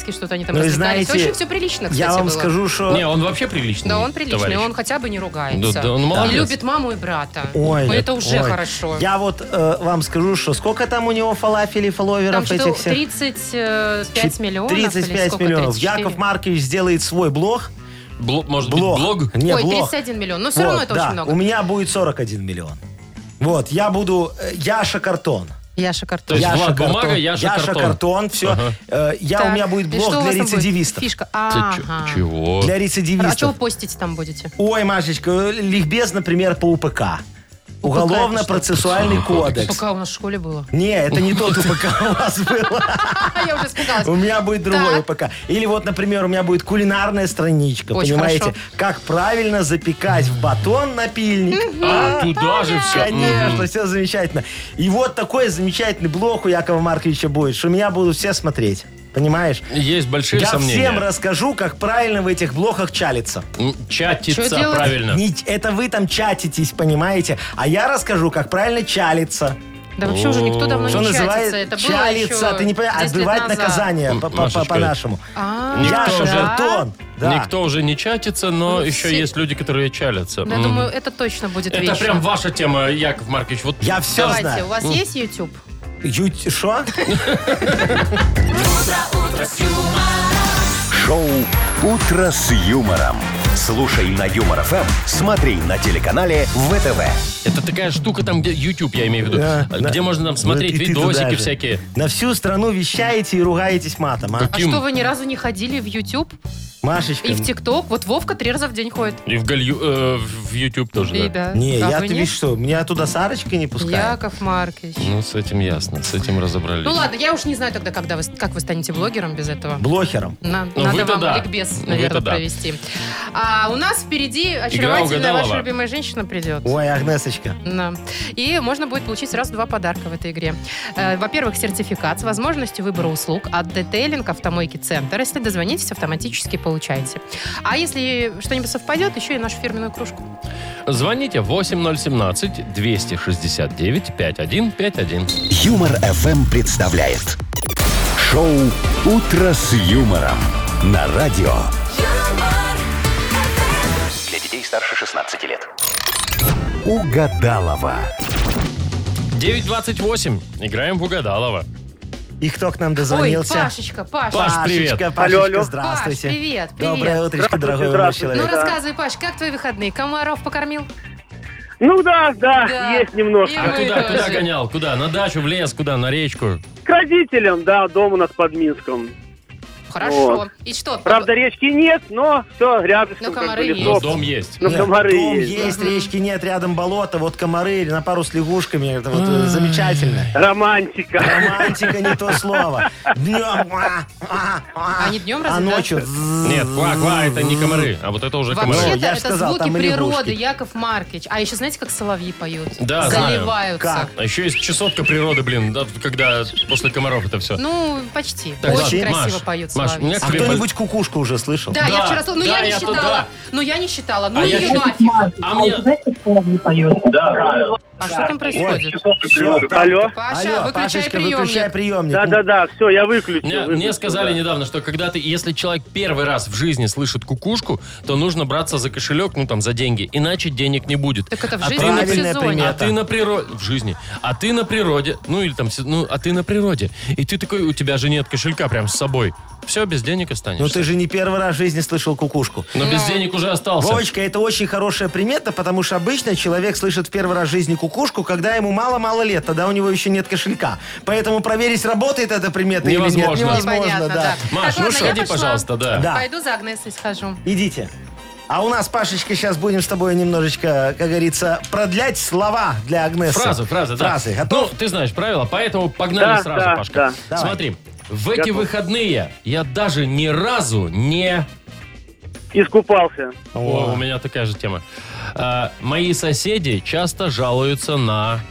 этом Ну и развлекались. знаете, Очень все прилично, кстати, Я вам было. скажу, что... Не, он вообще приличный. Да, он приличный, товарищ. он хотя бы не ругается. Да, да, он молодец. И любит маму и брата. Ой, Ну, это уже ой. хорошо. Я вот э, вам скажу, что сколько там у него фалафелей, Там фолловеров что-то этих всех? тридцать пять миллионов. тридцать или пять сколько, миллионов. тридцать четыре? Яков Маркович сделает свой блог. Блог, может Блог. быть, блог? Не, Ой, блог. тридцать один миллион. Но все равно Вот, это да. очень много. У меня будет сорок один миллион. Вот, я буду э, Яша Картон. Яша То Картон. есть Яша Влад Картон. Бумага, Яша Картон. Картон, все. Ага. я, Так, у меня будет и блог что у для вас там будет? рецидивистов. Фишка. Ты Ага. чё- Чего? Для А что вы рецидивистов. постить там будете? Ой, Машечка, ликбез, например, по УПК. Уголовно-процессуальный кодекс. Пока у нас в школе было. Не, это не тот УПК у вас было. А я уже испугалась. У меня будет другой Так. УПК. Или вот, например, у меня будет кулинарная страничка, Очень понимаете? хорошо. Как правильно запекать в батон напильник. А, туда же все. Конечно, все замечательно. И вот такой замечательный блог у Якова Марковича будет, что меня будут все смотреть. Понимаешь? Есть большие Я сомнения. всем расскажу, как правильно в этих блогах чалиться. М, Что Чатиться, делать? правильно. Не- это вы там чатитесь, понимаете? А я расскажу, как правильно чалиться. Да вообще уже никто давно Что не чатится. называется Это было чалиться. еще Ты не понимаешь, десять лет отбывать назад. наказание по- по- по- Машечка, по-нашему. А, Никто Яша уже- Картон. Да. Никто уже не чатится, но Ну, еще все- есть люди, которые чалятся. Я М. думаю, это точно будет Это вечно. прям ваша тема, Яков Маркович. Вот Я все Давайте, знаю. у вас есть YouTube? Ють- Шо? Шоу «Утро с юмором». Слушай на Юмор ФМ, смотри на телеканале ВТВ. это такая штука там, где YouTube, я имею в виду, Да, где да. можно там смотреть Вот и ты видосики туда же. всякие. На всю страну вещаете и ругаетесь матом, а? А Каким? что, вы ни разу не ходили в YouTube Машечка. и в ТикТок? Вот Вовка три раза в день ходит. И в, Галью- э, в YouTube тоже, И да. да. Не, А я вы ты нет? видишь что, меня туда Сарочка не пускает. Яков Маркович. Ну, с этим ясно, с этим разобрались. Ну ладно, я уж не знаю тогда, когда вы, как вы станете блогером без этого. Блохером. На- Ну, надо вы-то вам да. ликбез, Вы-то наверное, да. провести. А у нас впереди очаровательная угадалова. ваша любимая женщина придет. Ой, Агнесочка. Да. И можно будет получить сразу два подарка в этой игре. Э, Во-первых, сертификат с возможностью выбора услуг от детейлинг автомойки «Центр». Если дозвонитесь, автоматически получаете. А если что-нибудь совпадет, еще и нашу фирменную кружку. Звоните восемь ноль семнадцать двести шестьдесят девять пятьдесят один пятьдесят один. Юмор ФМ представляет шоу «Утро с юмором» на радио. Для детей старше шестнадцати лет. Угадалова. девять двадцать восемь. Играем в Угадалова. И кто к нам Ой, дозвонился? Пашечка, Паша. Паш, привет. Пашечка, Пашечка, Алло, алло. здравствуйте. Паш, привет, привет. Доброе утречко, дорогой мой здравствуйте. Ну, человек. рассказывай, Паш, как твои выходные? Комаров покормил? Ну да, да, Да. есть немножко. И А мы куда, тоже. куда гонял? Куда? На дачу, в лес, куда? На речку? К родителям, да, дом у нас под Минском. Хорошо. Вот. И что? Правда, речки нет, но все рядом. Но комары есть. Но дом есть. Но Нет, комары дом есть. есть, речки нет, рядом болото, вот комары на пару с лягушками. Это вот э, замечательно. Романтика. Романтика не то слово. Днем. Они днем А разве, да? ночью. Нет, ква-ква, это не комары, а вот это уже комары. Вообще-то Ну, я ж это сказал, звуки там и природы, лягушки. Яков Маркович. А еще знаете, как соловьи поют? Да, знаю. Заливаются. Как? А еще есть чесотка природы, блин, да, когда после комаров это все. Ну, почти. Так, Очень ладно, красиво Маш, поют Маш, соловьи. у меня А тебе кто-нибудь кукушку уже слышал? Да, я Да, вчера... слышала. Ну, да, я не я считала. туда. Ну, я не считала. Ну, А я ее щас- нафиг. А мне... А что там происходит? Всё, так. Алло. Паша, Алло, выключай Пашечка, выключай приемник. приемник. Да-да-да, все, я выключил. Мне, выключил, мне сказали да. недавно, что когда ты, если человек первый раз в жизни слышит кукушку, то нужно браться за кошелек, ну там, за деньги, иначе денег не будет. Так это в А жизни, ты не в правильная сезоне. примета. А ты на природе, в жизни, а ты на природе, ну или там, се- ну, а ты на природе, и ты такой, у тебя же нет кошелька прям с собой. Все, без денег останешься. Ну ты же не первый раз в жизни слышал кукушку. Но без денег уже остался. Вовочка, это очень хорошая примета, потому что обычно человек слышит в первый раз в жизни кукушку, когда ему мало-мало лет, тогда у него еще нет кошелька. Поэтому проверить, работает эта примета или нет, Невозможно. невозможно. Непонятно, Да. да. Маш, Так, ну ладно, я сходи, пошла. пожалуйста, да. Да. Пойду за Агнесой схожу. Идите. А у нас, Пашечка, сейчас будем с тобой немножечко, как говорится, продлять слова для Агнесы. Фразы, фразы, да. Фразы. Готов? Ну, ты знаешь правила, поэтому погнали Да, сразу, да, Пашка. да. Давай. Смотри, в эти Готов. выходные я даже ни разу не... Искупался. О, у меня такая же тема. А, мои соседи часто жалуются на...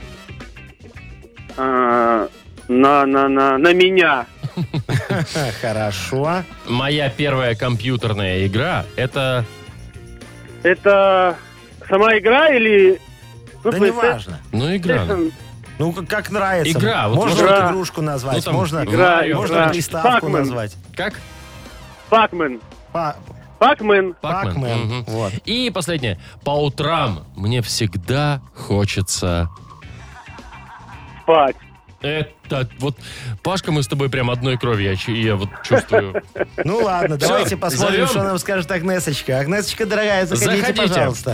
А, на, на, на, на меня. Хорошо. Моя первая компьютерная игра — это... Это сама игра или... Ну, Да то не есть, важно. Ну, игра. PlayStation. Ну, как- как нравится. Игра, вот Можно игра. вот игрушку назвать, Ну, там можно, игра, можно игра. приставку Пакман. назвать. Как? Пакмен. Па- Пакмен. Пакмен. Пакмен. Мгм. Вот. И последнее. По утрам мне всегда хочется... Спать. Это вот, Пашка, мы с тобой прям одной крови, я, чу- я вот чувствую. Ну ладно, Всё, давайте посмотрим, зовем. что нам скажет Агнесочка. Агнесочка, дорогая, заходите, Заходите. пожалуйста.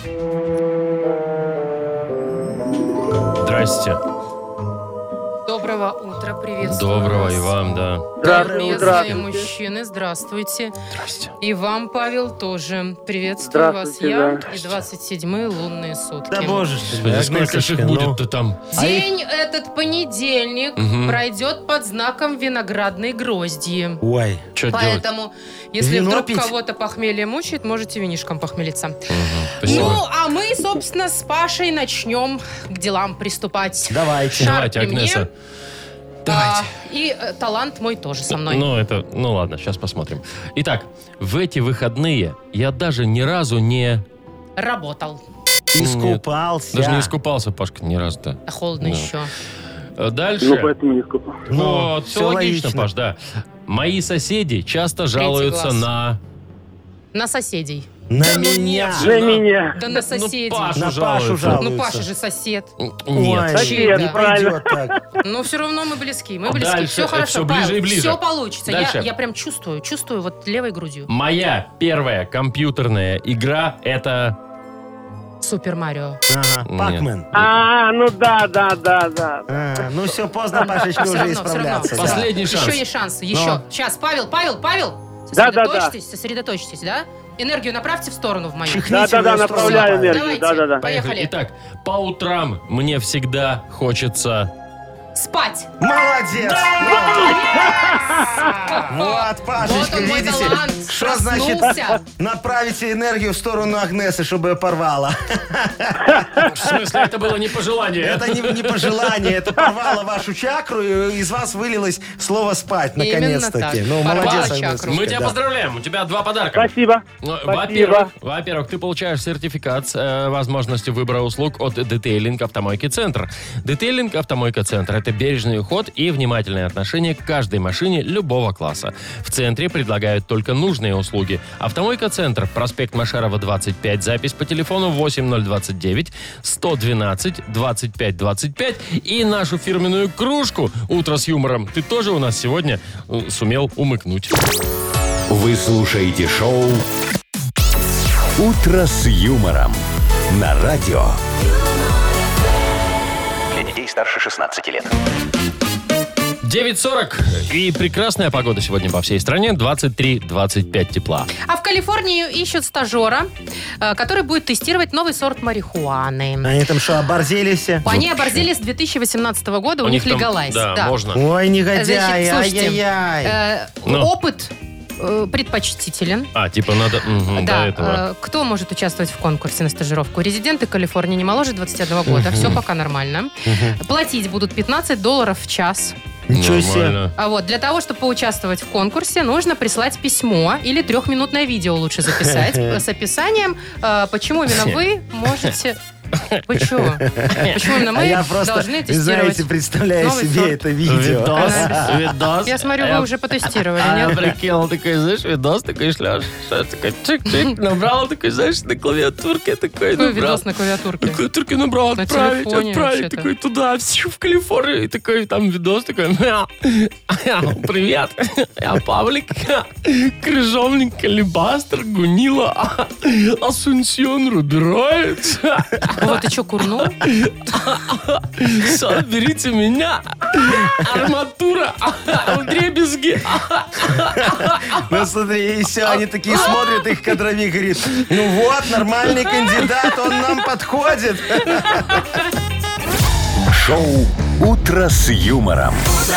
Здрасте. Доброго утра, приветствую Доброго вас. и вам, да. Здравствуйте. Местные Здравствуйте. мужчины, здравствуйте. Здрасте. И вам, Павел, тоже. Приветствую вас Здравствуйте, я да. и двадцать седьмые лунные сутки. Да боже ж ты, Господи, сколько ж их Агнесочка, ну. будет-то там? А День этот понедельник Мгм. пройдет под знаком виноградной гроздьи. Ой, Что делать? Поэтому, если Вино вдруг пить? кого-то похмелье мучает, можете винишком похмелиться. Мгм, спасибо. Ну, а мы, собственно, с Пашей начнем к делам приступать. давайте. Шар Давайте, при мне. Агнеса. Давайте. А, и э, талант мой тоже со мной. Ну, это, ну ладно, сейчас посмотрим. Итак, в эти выходные я даже ни разу не... Работал. Искупался. Даже не искупался, Пашка, ни разу-то. А холодно Да. еще. Э, Дальше. Ну, поэтому не скупал. Ну, Вот, все всё логично, логично. Паш, да. Мои соседи часто жалуются глаз. на... На соседей. На Да ну меня. нет На же, меня. Да на Ну, соседей. Пашу На Пашу жалуются. жалуются. Ну, Паша же сосед. Ой, Нет. Сосед, не правильно. пойдет так. Но все равно мы близки. Мы близки. Дальше, Все это хорошо. всё ближе Павел, и ближе. Все получится. Я, Дальше. я прям чувствую. Чувствую вот левой грудью. Моя первая компьютерная игра — это... Супер Марио. Ага, Пакмен. А, ну да, да, да, да. А, ну все, поздно, Пашечка, Все уже равно, все равно. исправляться. да. Последний шанс. Еще есть шанс. Еще. Но. Сейчас, Павел, Павел, Павел. Да, да, да. Сосредоточьтесь, сосредоточьтесь, да? Энергию направьте в сторону в мою. Чихните Да, да, в да, её сторону, направляю Павел. энергию. Давайте. Да, да, да. Поехали. Итак, по утрам мне всегда хочется... Спать. Молодец! Вот, Вот Пашечка, он, мой видите, талант. что значит Проснулся. направите энергию в сторону Агнесы, чтобы ее порвала. В смысле, это было не пожелание. Это не, не пожелание, это порвало вашу чакру, и из вас вылилось слово «спать» Именно наконец-таки. так. Ну, Порвало молодец, чакру. Агнесочка, Мы тебя да. поздравляем. У тебя два подарка. Спасибо. Ну, Спасибо. Во-первых, во-первых, ты получаешь сертификат с э, возможностью выбора услуг от Детейлинг Автомойки Центр. Детейлинг Автомойка Центр — это бережный уход и внимательное отношение к каждой машине любого класса. В центре предлагают только нужные услуги. Автомойка Центр, проспект Машерова, двадцать пять, запись по телефону восемь ноль двадцать девять сто двенадцать двадцать пять двадцать пять и нашу фирменную кружку «Утро с юмором» ты тоже у нас сегодня э, сумел умыкнуть. Вы слушаете шоу «Утро с юмором» на радио. Для детей старше шестнадцати лет. девять сорок и прекрасная погода сегодня по всей стране. двадцать три двадцать пять тепла. А в Калифорнии ищут стажера, э, который будет тестировать новый сорт марихуаны. Они там что, оборзели все? Они оборзели с две тысячи восемнадцатого года, у, них там, легалайз. Да, можно. Ой, негодяи, Значит, слушайте, ай-яй-яй. э, Ну. опыт э, предпочтителен. А, типа надо мгм, Да, до этого. э, кто может участвовать в конкурсе на стажировку? Резиденты Калифорнии не моложе двадцати одного года. Все пока нормально. Платить будут пятнадцать долларов в час. Ничего себе. Нормально. А вот для того, чтобы поучаствовать в конкурсе, нужно прислать письмо или трехминутное видео лучше записать э, с описанием, э, почему именно вы можете... Вы чего? Почему именно А мы я просто, должны вы тестировать? знаете, представляю новый себе сорт? это видео. Видос, Ага. видос. Я смотрю, Я- вы уже потестировали, А я нет? прикинул, такой, знаешь, видос такой шлешь. Что такой, чик-чик, набрал такой, знаешь, на клавиатурке такой, Какой набрал. видос на клавиатурке? На клавиатурке набрал, На отправить, телефоне отправить, вообще-то. такой туда, всю в Калифорнию, и такой там видос такой, «Мяу. Привет, я Павлик, крыжовник, Калибастер, Гунила, Асунсьон, Рубероид. Вот ты что, курнул? Соберите меня, арматура, вдребезги. Ну смотри, и все, они такие смотрят, их кадровик говорит, ну вот, нормальный кандидат, он нам подходит. Шоу «Утро с юмором».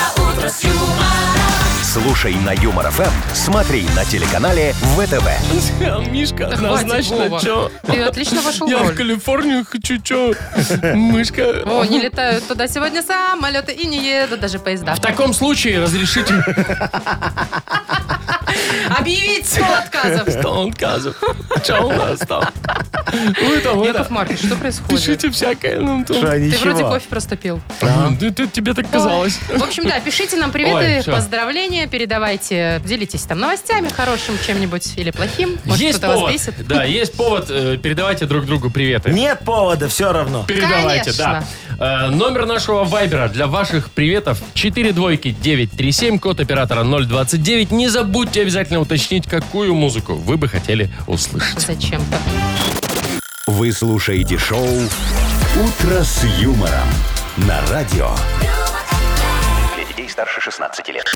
Слушай на Юмор ФМ, смотри на телеканале ВТВ. Мишка, Да хватит, однозначно, Вова. чё? Ты отлично вошел в Я в роль. Калифорнию хочу, чё? Мышка. О, не летают туда сегодня самолеты и не едут даже поезда. В таком случае разрешите... Объявить сто отказов. сто отказов. Что у нас там? Вы там, вы Яков там, Маркович, что происходит? пишите всякое. Ну, там. Что, Ты ничего. вроде кофе просто пил. А, ты- ты- Тебе так казалось. В общем, да, пишите нам приветы, Ой, всё. поздравления, передавайте, делитесь там новостями хорошим, чем-нибудь или плохим. Может, Есть кто-то вас повод. бесит. Да, есть повод. э, Передавайте друг другу приветы. Нет повода, все равно. Передавайте, Конечно. да. Э, номер нашего вайбера для ваших приветов четыре двойки девять три семь, код оператора ноль двадцать девять. Не забудьте обязательно уточнить, какую музыку вы бы хотели услышать. Зачем-то. Вы слушаете шоу «Утро с юмором» на радио. Для детей старше шестнадцати лет.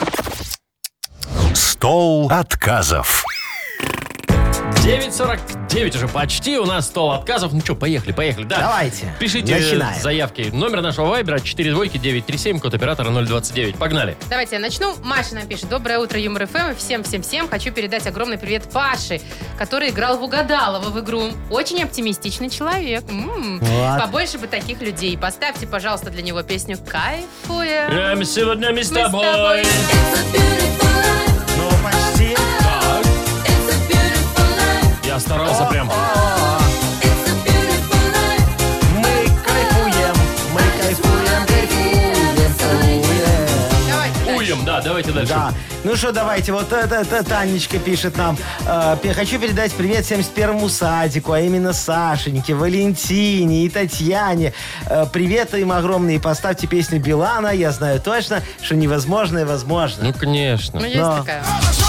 Стол отказов. девять сорок девять уже почти. У нас стол отказов. Ну что, поехали, поехали. Да. Давайте. Пишите Начинаем. заявки. Номер нашего вайбера четыре двойки девять три семь, код оператора ноль двадцать девять. Погнали. Давайте я начну. Маша нам пишет. Доброе утро, Юмор ФМ. Всем-всем-всем хочу передать огромный привет Паше, который играл в Угадалова в игру. Очень оптимистичный человек. М-м. Вот. Побольше бы таких людей. Поставьте, пожалуйста, для него песню «Кайфуя». Эм, сегодня мы с Мы с тобой. тобой. Ну, почти. Так. Я старался прям. Мы кайфуем, мы кайфуем, кайфуем, кайфуем. Давайте дальше. Уем, да, давайте дальше. Да. Ну что, давайте, вот это, это Танечка пишет нам. Э, пе- хочу передать привет семьдесят первому садику, а именно Сашеньке, Валентине и Татьяне. Э, привет им огромные. Поставьте песню Билана. Я знаю точно, что невозможное возможно. Ну, конечно. Ну, есть Но. такая.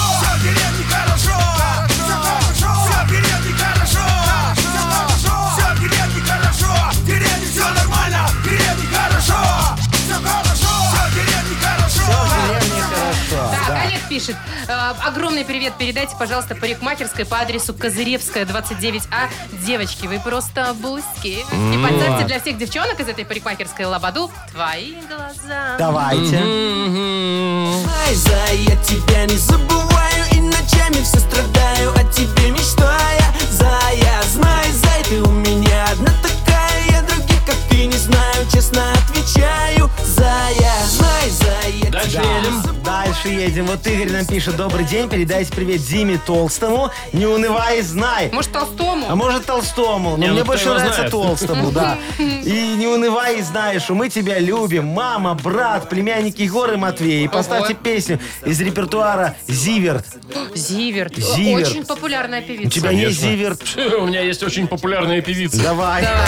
Так, Олег пишет. э, огромный привет передайте, пожалуйста, парикмахерской по адресу Козыревская, двадцать девять А. Девочки, вы просто бузки. И поставьте для всех девчонок из этой парикмахерской лободу твои глаза. Давайте. Мгм. Ай, зая, я тебя не забываю и ночами все страдаю, о тебе мечтая. Зая, знай, зай, ты у меня одна такая, я других, как ты, не знаю, честно отвечаю. Зая, знай, зай, я Дальше тебя едем. Дальше едем. Вот Игорь нам пишет. Добрый день, передайте привет Диме Толстому. Не унывай, знай. Может, Толстому? А может Толстому. Но Не, ну мне кто больше его нравится знает? Толстому, да. И не унывай, и знаешь, что мы тебя любим. Мама, брат, племянник Егор и Матвей. И поставьте песню из репертуара «Зиверт». Зиверт. Зиверт. Очень популярная певица. У тебя есть Конечно. Зиверт? У меня есть очень популярные певицы. Давай. А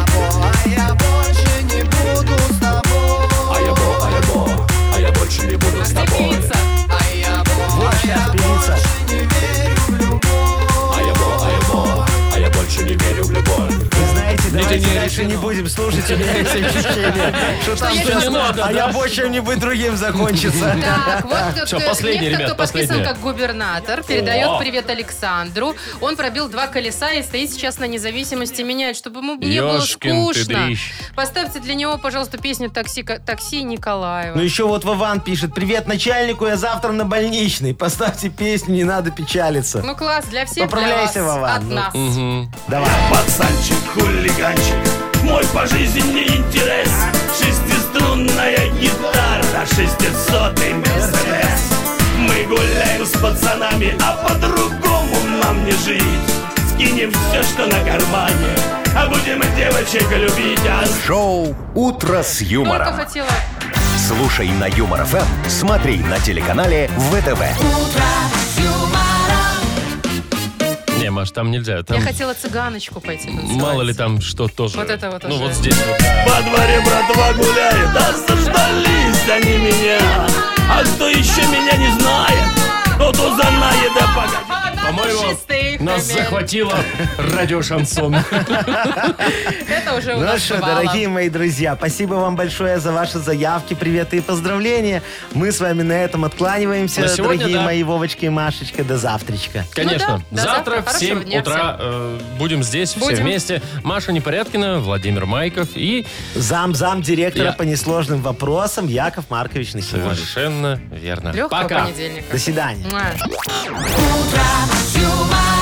я больше не буду с тобой. А я бо, а я бо, а я больше не буду с Где певица? А я Вот сейчас певица. не верю в любовь. А я бо, а я бо, а я больше не верю в любовь. Вы знаете, давайте не дальше решено. не будем слушать. У меня есть ощущение, что там есть сейчас не надо, а да? я больше чем-нибудь другим закончится. Так, вот как, Всё, э, последний, некто, ребят, кто подписан последний. как губернатор, передает О! привет Александру. Он пробил два колеса и стоит сейчас на независимости менять, чтобы ему не было Ёшкин ты скучно. дрищ. Поставьте для него, пожалуйста, песню «Такси, ка- такси Николаева». Ну еще вот Вован пишет. Привет начальнику, я завтра на больничный. Поставьте песню, не надо печалиться. Ну, класс, для всех, Поправляйся, для вас, Вован, от ну. нас. Мгм. Давай. Пацанчик, хулиганчик, мой пожизненный интерес. Шестиструнная гитара, шестисотый Мерседес. Мы гуляем с пацанами, а по-другому нам не жить. Скинем все, что на кармане, а будем девочек любить. А Шоу «Утро с Только юмором». хотела... Слушай на Юмор ФМ, смотри на телеканале ВТВ. Не, Маш, там нельзя. Там Я хотела цыганочку пойти танцевать. мало ли там что тоже. Вот это вот Ну уже. вот здесь вот. да. во дворе братва гуляет, да заждались они меня. А кто еще меня не знает, тот узнает, да погоди. По-моему, Пушистый нас хмель. захватило радио «Шансон». Это уже у Ну нас что, бывало. дорогие мои друзья, спасибо вам большое за ваши заявки, приветы и поздравления. Мы с вами на этом откланиваемся, На сегодня, дорогие да. мои Вовочка и Машечка. До завтрачка. Конечно. Ну да, до Завтра завтра. в Хорошего семь дня утра э, будем здесь все Будем. вместе. Маша Непорядкина, Владимир Майков и Зам-зам директора Я. по несложным вопросам Яков Маркович Нахимович. совершенно верно. Легкого Пока. понедельника. До свидания. Муа. Утро с юмором.